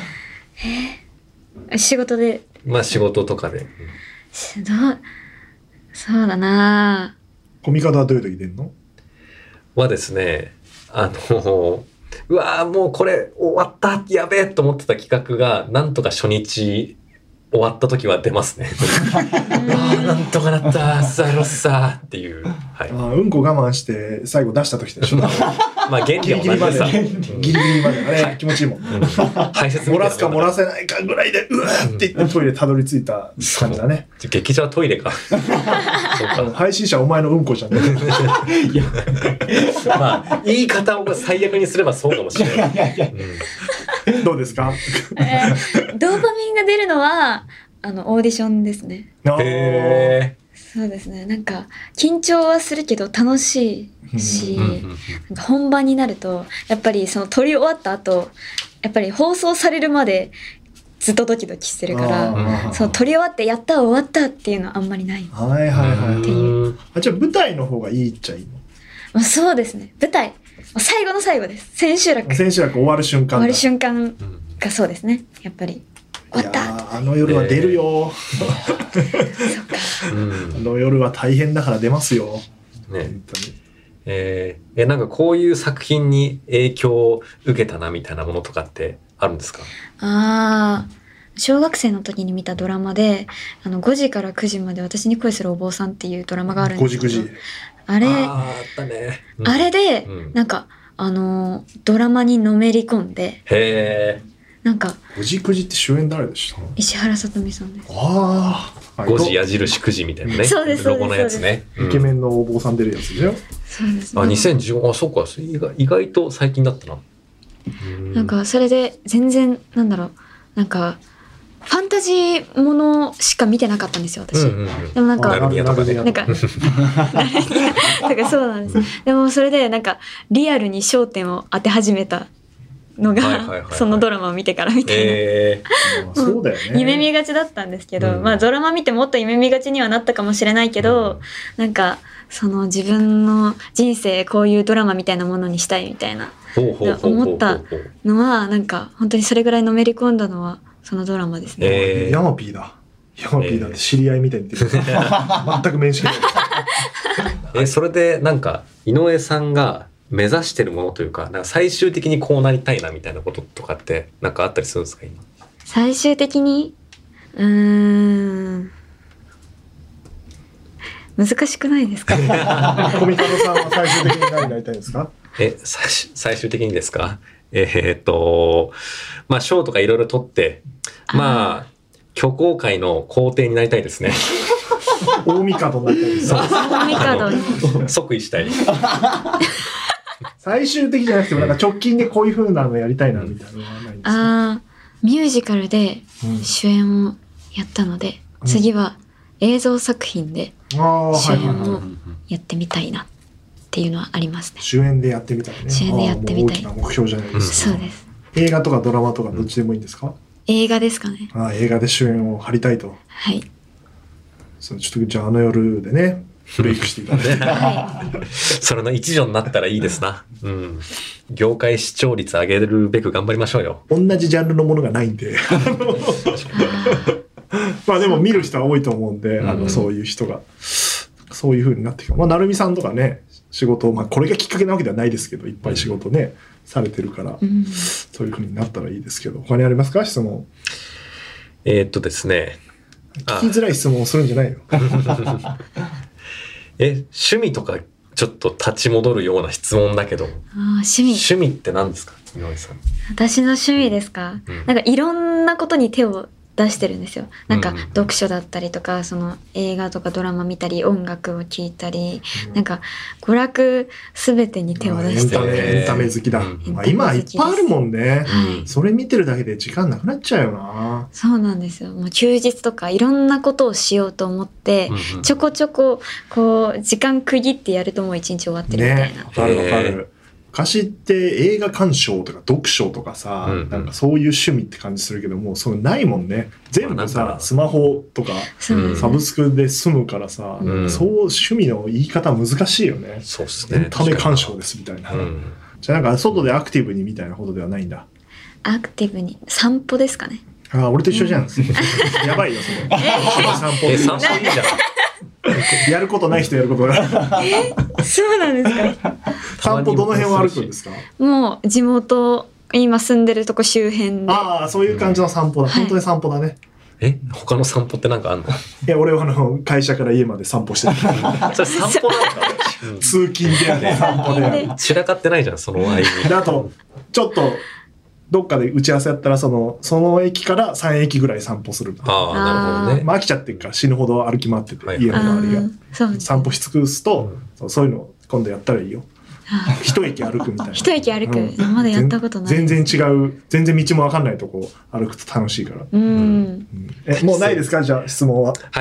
えー、仕事で。 まあ仕事とかで。うん、 どうそうだな。 コミカドはどういう時出んの？ はですね、あのうわーもうこれ終わったやべえと思ってた企画がなんとか初日終わった時は出ますね。ああなんとかなったさロッサーっていう、はい、 あうんこ我慢して最後出した時でしょ。 まあ原理は同じでさ、 ギリギリまであれ、はい、気持ちいいもん、うん、漏らすか漏らせないかぐらいでうわーって言ってトイレたどり着いた感じだね。 劇場はトイレか。そうか、 配信者お前のうんこじゃん、ね。いやまあ言い方を最悪にすればそうかもしれない。いやいやいや、 うん、どうですか？ えー、ドーパミンが出るのはあのオーディションですね。 へー、 そうですね、なんか緊張はするけど楽しいし、うんうんうん、なんか本番になるとやっぱりその撮り終わった後やっぱり放送されるまでずっとドキドキしてるからその撮り終わってやった終わったっていうのはあんまりない。 はいはいはい。 っていう。 あ、じゃあ舞台の方がいいっちゃいいの？ まあ、そうですね、舞台最後の最後です。千秋楽。 千秋楽終わる瞬間。 終わる瞬間がそうですね、やっぱり。 いやあの夜は出るよ。そっか。あの夜は大変だから出ますよ。ね、本当に。 えー、えなんかこういう作品に影響を受けたなみたいなものとかってあるんですか？ ああ、小学生の時に見たドラマで、あのごじからくじまで私に恋するお坊さんっていうドラマがあるんですけど、ごじくじ。あれ、 ああったね。 うん、あれで、うん、なんかあのドラマにのめり込んで。 へー。 なんかごじくじって主演誰でした？ 石原さとみさんです。 ああ、ごじ矢印くじみたいなね。 そうです、 ロゴのやつね。 イケメンのお坊さん出るやつでしょ。 そうですね。 あ、にせんじゅうご、あ、そうか、意外、意外と最近だったな。 んなんかそれで全然なんだろう、なんかファンタジーものしか見てなかったんですよ私。うんうんうん、でもなんかなんかなんかそうなんです。でもそれでなんかリアルに焦点を当て始めたのが、はいはいはいはい、そのドラマを見てからみたいな、 えー、そうだよね。 夢見がちだったんですけど、うん、まあドラマ見てもっと夢見がちにはなったかもしれないけど、うん、なんかその自分の人生こういうドラマみたいなものにしたいみたいな思ったのはなんか本当にそれぐらいのめり込んだのはそのドラマですね。 えー、ヤマピーだ。ヤマピーだって知り合いみたいに言ってる、えー、全く面識ない。 えそれでなんか井上さんが目指してるものというか、なんか最終的にこうなりたいなみたいなこととかってなんかあったりするんですか今？ 最終的にうーん難しくないですか？ コミカドさんは最終的に何になりたいんですか？ え最最終的にですか？えー、っとまあ賞とかいろいろ取ってまあ虚構界の皇帝になりたいですね。 大帝になりたいです。 大帝に即位したい。 最終的じゃなくてもなんか直近でこういう風なのやりたいなみたいなのはないんですか？ あミュージカルで主演をやったので、うん、次は映像作品で主演をやってみたいなっていうのはありますね。 主演でやってみたいね。 主演でやってみたい。 大きな目標じゃないですか。 そうです。 映画とかドラマとかどっちでもいいんですか？ 映画ですかね。 あ映画で主演を張りたいと。 はい。 そのちょっとじゃああの夜でねブレイクしていただいて、 はそれの一助になったらいいですな。うん。業界視聴率上げるべく頑張りましょうよ。 同じジャンルのものがないんでまあでも見る人は多いと思うんで、あのそういう人がそういう風になってきて、まあ成美さんとかね仕事、まあこれがきっかけなわけではないですけど、いっぱい仕事ね、うん、されてるから、うん、そういう風になったらいいですけど、他にありますか質問？ えー、っとですね。 聞きづらい質問をするんじゃないよ。 え、趣味とかちょっと立ち戻るような質問だけど。あ、 趣味。 趣味って何ですか、井上さん。 私の趣味ですか、うん、なんかいろんなことに手を出してるんですよ。なんか読書だったりとか、その映画とかドラマ見たり、音楽を聴いたり、うん、なんか娯楽すべてに手を出してる。 エンタメ好きだ。まあ、今いっぱいあるもんね、はい。それ見てるだけで時間なくなっちゃうよな。 そうなんですよ。もう休日とかいろんなことをしようと思って、うんうん、ちょこちょここう時間区切ってやるともう一日終わってるみたいな。 わかるわかる。昔って映画鑑賞とか読書とかさ、うんうん、なんかそういう趣味って感じするけども、それないもんね。全部さ、スマホとか、うん、サブスクで済むからさ、うん、そう趣味の言い方難しいよね。 そうっすね。 エンタメ鑑賞ですみたいな。うん、じゃあなんか外でアクティブにみたいなことではないんだ。 アクティブに散歩ですかね。 ああ、俺と一緒じゃん。うん、やばいよそれ。散歩。 え、散歩いいじゃん。 やることない人やることない。 え、そうなんですか。 散歩どの辺を歩くんですか？ もう地元、今住んでるとこ周辺で。 ああ、そういう感じの散歩だ。うん、本当に散歩だね。 え、他の散歩ってなんかあんの？いや、俺はあの会社から家まで散歩してる。 それ散歩なのか？ 通勤であれ、散歩であれ。 散らかってないじゃん、その歩み。 あとちょっと。どっかで打ち合わせやったらそのその駅からさん駅ぐらい散歩するみたいな。 ああ、なるほどね。 まあ飽きちゃってるから死ぬほど歩き回ってて、はい、家の周りが散歩し尽くすと、うん、そういうの今度やったらいいよ。一駅歩くみたいな。 一駅歩く、うん、まだやったことない。 全然違う、全然道も分かんないとこ歩くと楽しいから。 うん。うん、 え、もうないですかじゃあ質問は。 はい。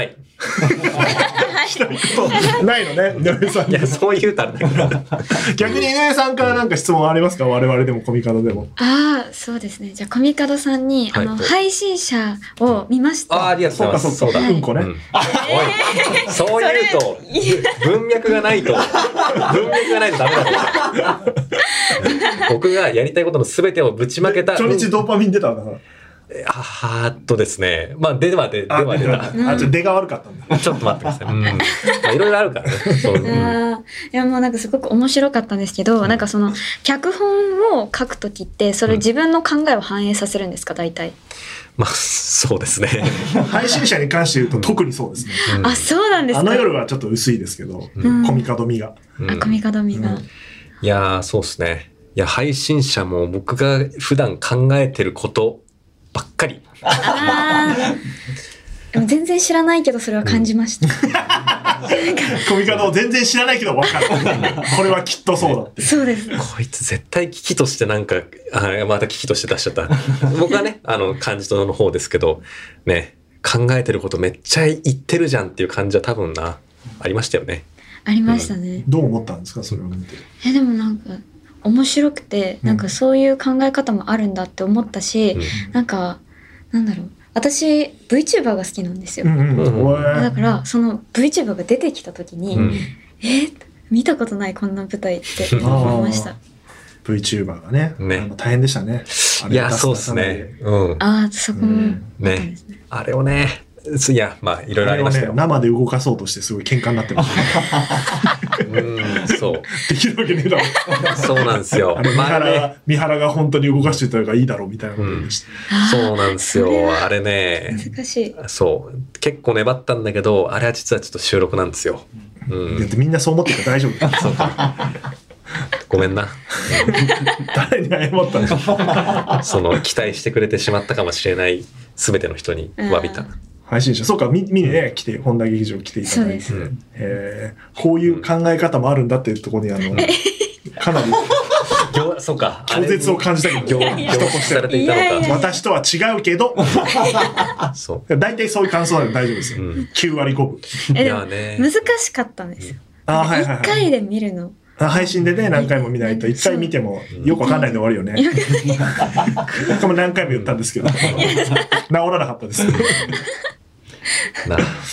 ないのね、井上さん。 いや、そう言うたらね。 逆に井上さんからなんか質問ありますか？我々でもコミカドでも。 ああ、そうですね。じゃあコミカドさんに、はい、あの配信者を見ました。 ああ、ありがとうございます。 そうかそうか。うんこね。うん、おい、 そう言うと文脈がないと文脈がないとダメだろう。僕がやりたいことのすべてをぶちまけた。 初日ドーパミン出たんだから。 あーっとですね。まあ、出は出、出は出た。 あ、ちょっと出が悪かったんだ。 ちょっと待ってください。うん。まあ、いろいろあるからね。そう。うん、 いや、もうなんかすごく面白かったんですけど、うん、なんかその、脚本を書くときって、それ自分の考えを反映させるんですか、大体。 まあ、そうですね。 配信者に関して言うと特にそうですね。 うん、あ、そうなんですか。 あの夜はちょっと薄いですけど、うん、コミカドミが。 うん、あ、コミカドミが。うん、 いやー、そうですね。いや、配信者も僕が普段考えてることばっかり。 あでも全然知らないけどそれは感じました。 コミカドを全然知らないけど分かる。これはきっとそうだって。 そうです。 こいつ絶対危機としてなんか、あ、また危機として出しちゃった。僕はね、あの、感じとの方ですけど、ね、考えてることめっちゃ言ってるじゃんっていう感じは多分な、ありましたよね。 ありましたね。 うん、どう思ったんですか、それを見て。 え、でもなんか、面白くて、なんかそういう考え方もあるんだって思ったし、うん、なんかなんだろう、私 VTuber が好きなんですよ、うんうん、だからその VTuber が出てきた時に、うん、え見たことないこんな舞台って思いました。 VTuber がね、ね、大変でしたね。 いや、そうですね、うん、 あそこも、ねね、あれをね、いや、まあいろいろありましたよ、 ね、生で動かそうとしてすごい喧嘩になってましたね。 うん、そうできるわけねえだろ。 そうなんですよ。 あれ三原、まあね、三原が本当に動かしてた方がいいだろうみたいなことでした、 うん、そうなんですよ。あれね、 難しい。 そう結構粘ったんだけど、あれは実はちょっと収録なんですよ。 うん、だってみんなそう思ってるから大丈夫。そうごめんな。 誰に謝ったの？ その期待してくれてしまったかもしれない全ての人に詫びた。 配信者、そうか、見にね、来て、本田劇場来ていただいて、えー、こういう考え方もあるんだっていうところに、あの、かなり、 そうか、 拒絶を感じたけど、 人としてされていたのか。 私とは違うけど、そう。大体そういう感想なので大丈夫ですよ。うん、きゅう割ごぶ。 え、でも難しかったんですよ。 あ、はいはいはい。 いっかいで見るの。 配信でね、何回も見ないと、一回見てもよくわかんないで終わるよね。僕も何回も言ったんですけど、治らなかったです。 な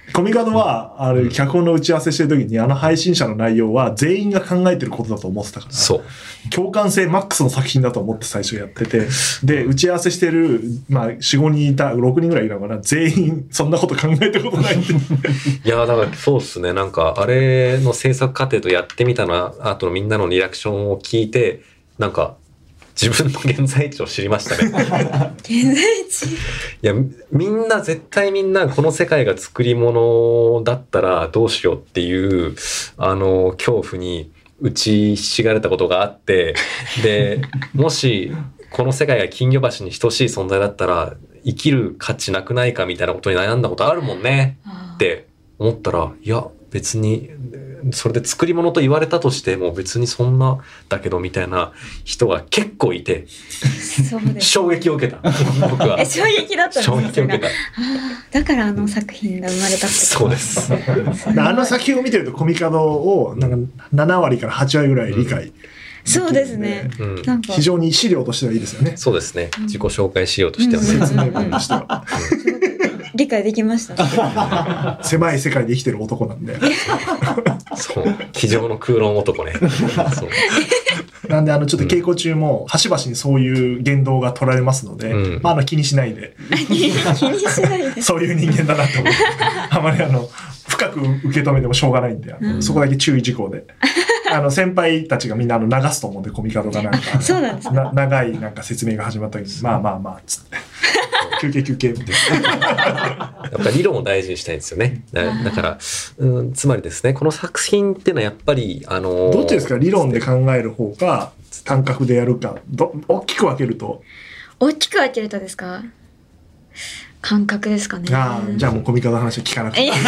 コミカドは、あれ、脚本の打ち合わせしてる時に、あの配信者の内容は全員が考えてることだと思ってたから、 そう。 共感性マックスの作品だと思って最初やってて、で、打ち合わせしてる、まあ、よん、ごにんいた、ろくにんぐらいいたのかな、全員そんなこと考えたことないって。 いや、だからそうっすね。なんか、あれの制作過程とやってみたの後のみんなのリアクションを聞いて、なんか、自分の現在地を知りましたね。 現在地いや、みんな絶対みんなこの世界が作り物だったらどうしようっていう、あの、恐怖に打ちひしがれたことがあって、で、もしこの世界が金魚橋に等しい存在だったら生きる価値なくないかみたいなことに悩んだことあるもんねって思ったら、いや、別に、それで作り物と言われたとしても別にそんなだけどみたいな人が結構いて、 そうです衝撃を受けた。僕は。 え、衝撃だったんですか？ 衝撃を受けた。 あだからあの作品が生まれたってこと。 そうです。 あの作品を見てるとコミカドをなんかななわりからはちわりぐらい理解、うん、 そうですね、 うん、 なんか非常に資料としてはいいですよね。 そうですね。自己紹介資料としてはね。 説明文としては。 理解できました、ね。 狭い世界で生きてる男なんで。 そう。机上の空論男ね。そうなんで、あの、ちょっと稽古中も、端々にそういう言動が取られますので、うん、まあ、あの、気にしないで。 気にしないで。 そういう人間だなと思って。あまりあの、深く受け止めてもしょうがないんで、うん、そこだけ注意事項で。あの、先輩たちがみんなあの流すと思うんで、コミカドがなんか。 そうなんですな長いなんか説明が始まった時に、まあまあまあ、つって。休憩休憩みたいな。 やっぱり理論を大事にしたいんですよね。だ, だから、うん、つまりですね、この作品っていうのはやっぱり、あのー、 どっちですか？理論で考える方か、感覚でやるか、ど大きく分けると。 大きく分けるとですか？感覚ですかね。 ああ、じゃあもうコミカドの話は聞かなくていい。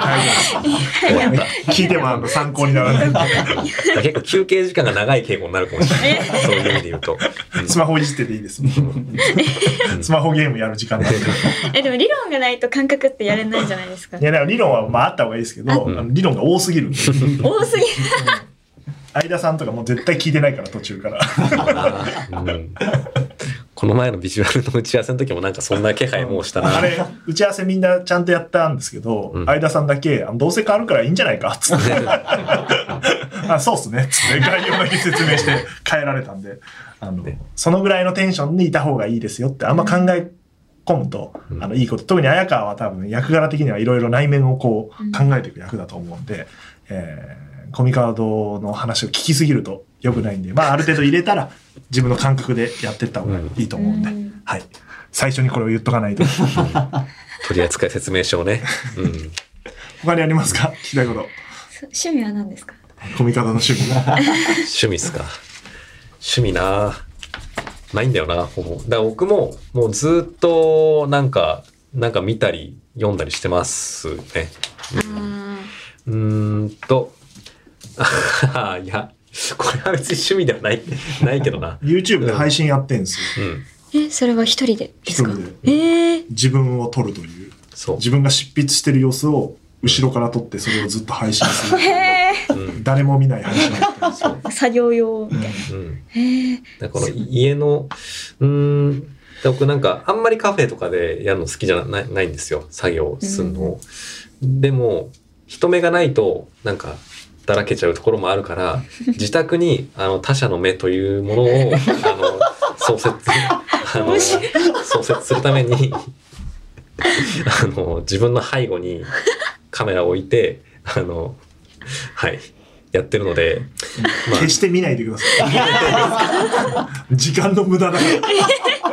聞いてもあの参考にならない。 結構休憩時間が長い傾向になるかもしれない。そういう意味で言うと。 スマホいじってていいです。スマホゲームやる時間なんで。 え、でも理論がないと感覚ってやれないじゃないですか。 いや、だから理論はまああった方がいいですけど、うん、理論が多すぎる。 多すぎる。 相田さんとかもう絶対聞いてないから途中から。 うん、この前のビジュアルの打ち合わせの時もなんかそんな気配もうしたな。 あれ打ち合わせみんなちゃんとやったんですけど、うん、相田さんだけどうせ変わるからいいんじゃないかっつって。あ、そうっすねっつって概要だけ説明して変えられたんで、あの、ね、そのぐらいのテンションにいた方がいいですよってあんま考え込むと、うん、あのいいこと。特に綾川は多分役柄的にはいろいろ内面をこう考えていく役だと思うんで。うんえーコミカドの話を聞きすぎると良くないんで、まあある程度入れたら自分の感覚でやっていった方がいいと思うんで、うん、はい。最初にこれを言っとかないと。 取扱説明書をね。うん、 他にありますか？聞きたいこと。 趣味は何ですか？ コミカドの趣味。 趣味っすか。趣味なないんだよな、ほぼ。だから僕ももうずっとなんか、なんか見たり読んだりしてますね。うん、うーんと、いや、これは別に趣味ではない、ないけどな。 YouTube で配信やってんすよ。 うん、え、それは一人でですか？ 一人で。 えー、 自分を撮るという。 そう。 自分が執筆してる様子を後ろから撮ってそれをずっと配信する。 へー。誰も見ない配信やってる。 作業用みたいな。 うん。へー。だからこの家の、うーん、僕なんかあんまりカフェとかでやるの好きじゃない、ないんですよ。作業するの。うん、でも、人目がないとなんかだらけちゃうところもあるから自宅にあの他者の目というものをあの創設あの創設するためにあの自分の背後にカメラを置いてあのはいやってるので、 まあ、決して見ないでください。時間の無駄だから。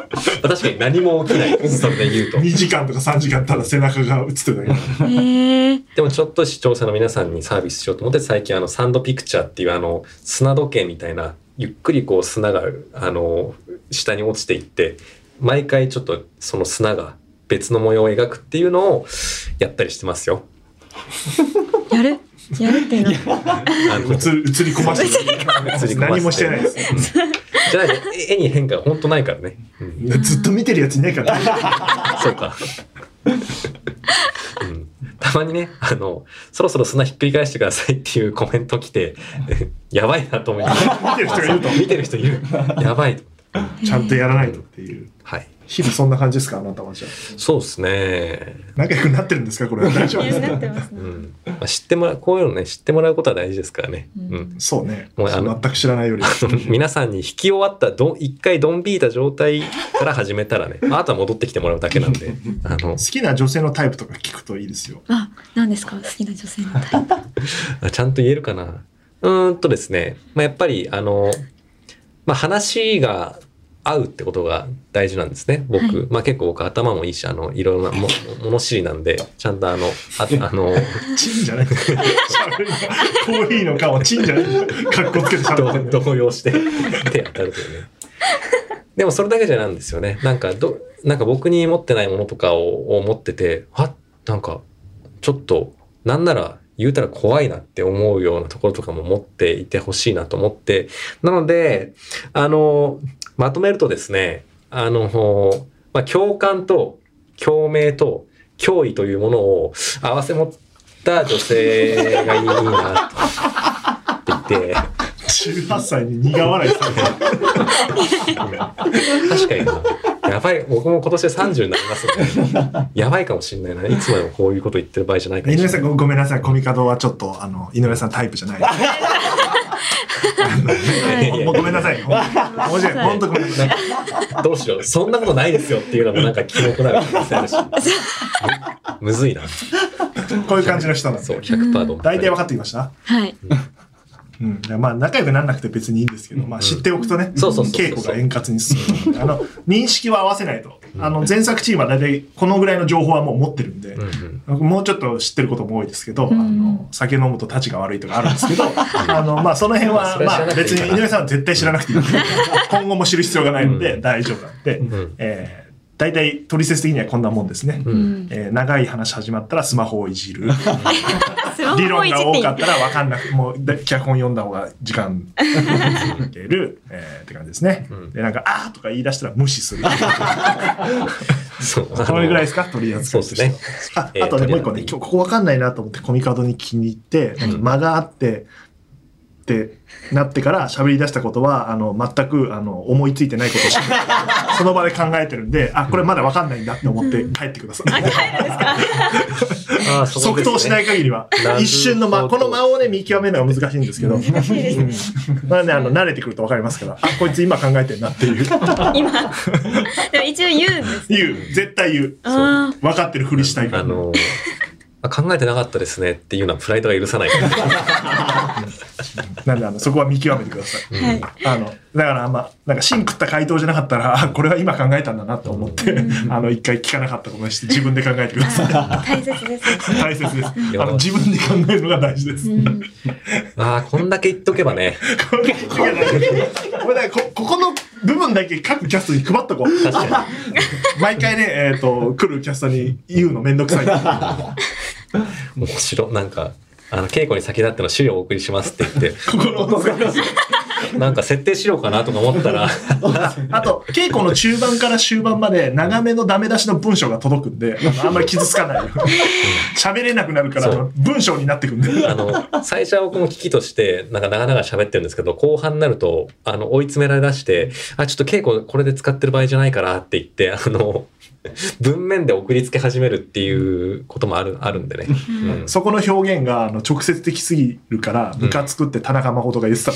確かに何も起きない。それで言うと。 にじかんとかさんじかんただ背中が映ってるだけ。 でもちょっと視聴者の皆さんにサービスしようと思って最近あのサンドピクチャーっていうあの砂時計みたいなゆっくりこう砂があの下に落ちていって毎回ちょっとその砂が別の模様を描くっていうのをやったりしてますよ。 やるやるっていうの。 映り込ませて何もしてないです。 うん、じゃないと絵に変化が本当ないからね。 うん、ずっと見てるやついないから。 そうか。うん、たまにねあのそろそろ砂ひっくり返してくださいっていうコメント来てやばいなと思いながら見てる人がいると見てる人いるやばいとちゃんとやらないとっていう。 はい。 日々そんな感じですか、あなたはじゃあ。 そうですね。 仲良くなってるんですか、これ。大丈夫ですか。 なってますね。 うん。まあ、知ってもらう、こういうのね、知ってもらうことは大事ですからね。 うん。うん、 そうね。もうあの全く知らないより。 皆さんに引き終わったど、一回ドン引いた状態から始めたらね、あとは戻ってきてもらうだけなんで。 あの好きな女性のタイプとか聞くといいですよ。 あ、何ですか、好きな女性のタイプ。 ちゃんと言えるかな。うーんとですね、まあ、やっぱりあの、まあ、話が合うってことが大事なんですね、僕。はい、まあ結構僕頭もいいし、あの、いろんなも物知りなんで、ちゃんとあの、あ、あの、 チンじゃないコーヒーの顔チンじゃないかっこつけてしゃべって、 動揺して手当たるというね。でもそれだけじゃないんですよね。なんかど、なんか僕に持ってないものとかを、を持ってて、はなんか、ちょっと、なんなら、言うたら怖いなって思うようなところとかも持っていてほしいなと思って、なので、あの、まとめるとですね、あの、まあ、共感と共鳴と脅威というものを合わせ持った女性がいいなって言って、 じゅうはっさいに苦笑いされて確かにな。やばい、僕も今年でさんじゅうになりますんで、やばいかもしれないな。いつまでもこういうこと言ってる場合じゃないかもしれない。 井上さん ご, ごめんなさい、コミカドはちょっとあの井上さんタイプじゃない。もうごめんなさい。面白い。本当ごめんなさい。 どうしよう。そんなことないですよっていうのもなんかキモくなる可能性あるし。むずいな。 こういう感じの人なんで。 そう、ひゃくパーセント。 大体分かってきました。 はい。 うん、まあ仲良くならなくて別にいいんですけど、まあ知っておくとね、稽古が円滑に進むので、あの認識は合わせないと。あの前作チームは大体このぐらいの情報はもう持ってるんで、うんうん、もうちょっと知ってることも多いですけど、うん、あの酒飲むと立ちが悪いとかあるんですけど、あのまあその辺はまあ別に井上さんは絶対知らなくていい。今後も知る必要がないので大丈夫なんで、うん、えー大体取説的にはこんなもんですね、うんえー、長い話始まったらスマホをいじる理論が多かったら分かんなくもう脚本読んだ方が時間いける、えー、って感じですね、うん、でなんかあーとか言い出したら無視するそうそれぐらいですか取り扱いとしては、ね、あ, あとね、えー、もう一個ね今日ここ分かんないなと思ってコミカドに気に入ってなんか間があってってなってから喋り出したことはあの全くあの思いついてないことをその場で考えてるんで、あこれまだ分かんないんだって思って帰ってください。 あ、帰るんですか？ あそうですね、即答しない限りは一瞬の間、この間をね見極めるのが難しいんですけど、難しいですね。うん、まあねあの慣れてくると分かりますから、あこいつ今考えてるなっていう。 今でも一応言うんです、ね。 言う絶対言う。そう分かってるふりしたいから。 あのー考えてなかったですねっていうのはプライドが許さないからなんであのそこは見極めてください、はい、あのだからあんまなんか芯食った回答じゃなかったらこれは今考えたんだなと思って、うん、あの一回聞かなかったことにして自分で考えてください。 大切です、 大切です。あの自分で考えるのが大事です、うん、 ああこんだけ言っとけばねこんだけ言っとけばねこ, ここの部分だけ各キャストに配っとこう。確かに毎回ね、えーと、来るキャストに言うのめんどくさい面白い。なんかあの稽古に先立っての資料をお送りしますって言って心のなんか設定しようかなとか思ったらあと稽古の中盤から終盤まで長めのダメ出しの文章が届くんであんまり傷つかないよ喋れなくなるから文章になってくんであの最初は僕も聞きとしてなんか長々喋ってるんですけど後半になるとあの追い詰められだしてあちょっと稽古これで使ってる場合じゃないからって言ってあの文面で送りつけ始めるっていうこともあるあるんでね、 うん、そこの表現があの直接的すぎるからムカつくって田中誠が言ってた、うん、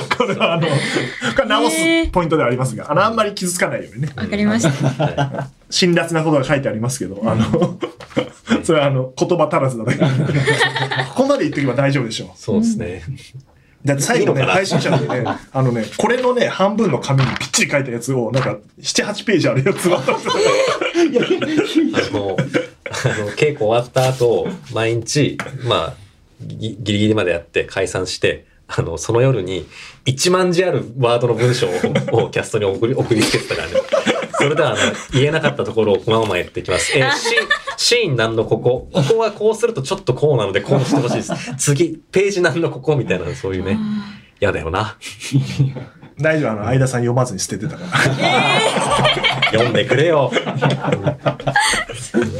これはあのこれ直すポイントではありますがあのあんまり傷つかないようにねわかりました辛辣なことが書いてありますけどあのそれはあの言葉足らずだだけここまで言っておけば大丈夫でしょう。 そうですね、 だって最後ね、配信者でね、あのね、これのね、半分の紙にぴっちり書いたやつを、なんか、なな、はちページあるやつを。あの、あの、稽古終わった後、毎日、まあ、ギリギリまでやって解散して、あの、その夜に、いちまんじあるワードの文章をキャストに送り、送りつけてたからね。それでは、あの、言えなかったところをこままやっていきます。えー、シシーン何のここ、ここはこうするとちょっとこうなので、こうしてほしいです。次、ページ何のここみたいな、そういうね。やだよな。 大丈夫、あの、相田さん読まずに捨ててたから。 読んでくれよ。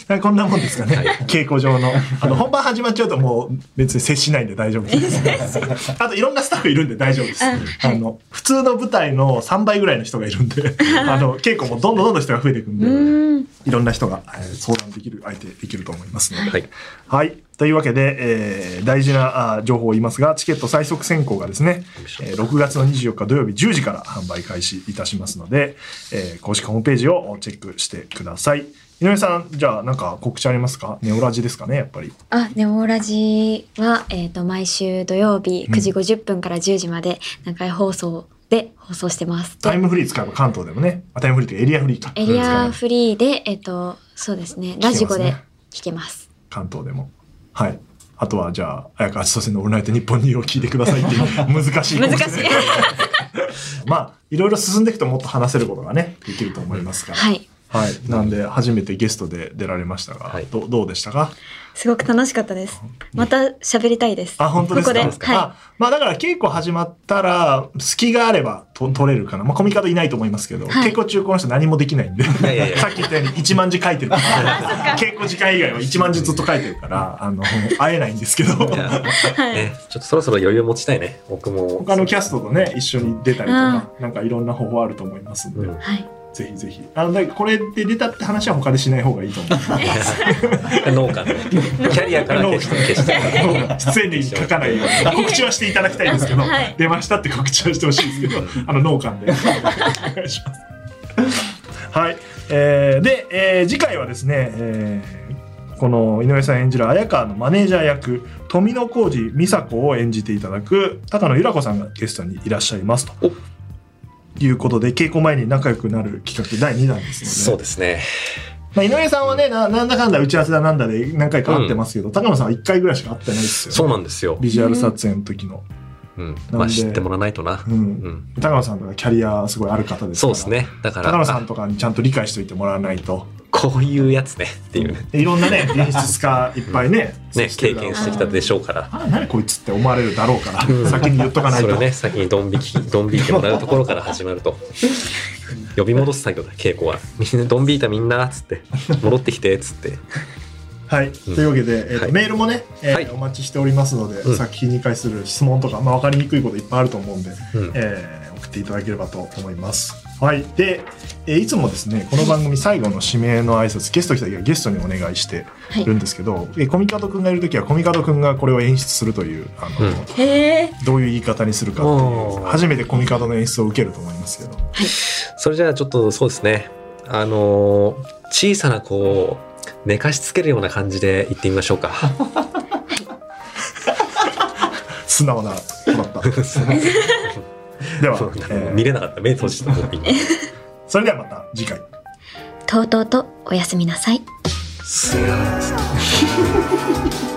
こんなもんですかね、はい、稽古場のあの本番始まっちゃうともう別に接しないんで大丈夫ですあといろんなスタッフいるんで大丈夫です。あ、はい、あの普通の舞台のさんばいぐらいの人がいるんであの稽古もどんどんどんどん人が増えていくんで、んいろんな人が、えー、相談できる相手できると思いますので、はい、はい、というわけで、えー、大事なあ情報を言いますが、チケット最速選考がですね、えー、ろくがつのにじゅうよっか土曜日じゅうじから販売開始いたしますので、えー、公式ホームページをチェックしてください。井上さん、じゃあなんか告知ありますか？ネオラジですかね、やっぱり。 あ、ネオラジは、えっと、毎週土曜日くじごじゅっぷんからじゅうじまで何回放送で放送してます。 タイムフリー使えば関東でもね、タイムフリーというかエリアフリーか。 エリアフリーで、えっと、そうですね、ラジコで聞けます。 関東でも。はい。あとはじゃあ、綾川千歳のオールナイトニッポンにを聞いてくださいっていう難しい。 難しい。 まあ、いろいろ進んでいくともっと話せることがね、できると思いますから。はい。はい。なんで、初めてゲストで出られましたが、はい、ど, どうでしたか？ すごく楽しかったです。また喋りたいです。 あ、本当ですか？ ここで。はい。 あ、まあだから稽古始まったら、隙があればと取れるかな。まあコミカドいないと思いますけど、はい、稽古中この人何もできないんで。いやいやいやさっき言ったようにいちまんじ書いてるから、稽古時間以外はいちまんじずっと書いてるから、あの、会えないんですけど。はい、 ね。ちょっとそろそろ余裕持ちたいね。僕も。 他のキャストとね、一緒に出たりとか、なんかいろんな方法あると思いますんで。うん、はい。ぜひぜひ。あの、これで出たって話は他でしない方がいいと思う。 農家のキャリアから消して消して出演歴書かないように告知はしていただきたいんですけど、はい、出ましたって告知はしてほしいですけど、あの農家でお願いします。はい。えー、で、えー、次回はですね、えー、この井上さん演じる綾川のマネージャー役富野浩二美佐子を演じていただく高野由良子さんがゲストにいらっしゃいますと。いうことで、稽古前に仲良くなる企画だいにだんですので。 そうですね。 まあ、井上さんはね、な、なんだかんだ打ち合わせだなんだで何回か会ってますけど、うん、高野さんはいっかいぐらいしか会ってないですよね。 そうなんですよ。 ビジュアル撮影の時の。 うん。まあ知ってもらわないとな。 うん。うん、高野さんとかキャリアすごいある方ですから。 そうですね。だから。 高野さんとかにちゃんと理解しておいてもらわないと。 こういうやつねっていうね。 いろんなね、演出家いっぱいね。 ね、経験してきたでしょうから。 あ、何こいつって思われるだろうから、うん、先に言っとかないと。 それね、先にドン引き、ドン引いてもらうところから始まると。呼び戻す作業だ、稽古は。みんなドン引いたみんなっつって、戻ってきてっつって。 はい、うん、というわけで、えーとはい、メールもね、えーはい、お待ちしておりますので、うん、作品に関する質問とか、まあ、分かりにくいこといっぱいあると思うんで、うん、えー、送っていただければと思います。はい。で、えー、いつもですね、この番組最後の指名の挨拶、ゲスト来た時はゲストにお願いしてるんですけど、はい、えー、コミカドくんがいる時はコミカドくんがこれを演出するという、あの、うん、へー、どういう言い方にするかっていう、初めてコミカドの演出を受けると思いますけど。はい。 それじゃあちょっとそうですね、あのー、小さな子を寝かしつけるような感じで言ってみましょうか。 素直な子だった。では、 えー、見れなかった。目閉じた方がいい。 それではまた次回。 とうとうとおやすみなさい。 すごいですね。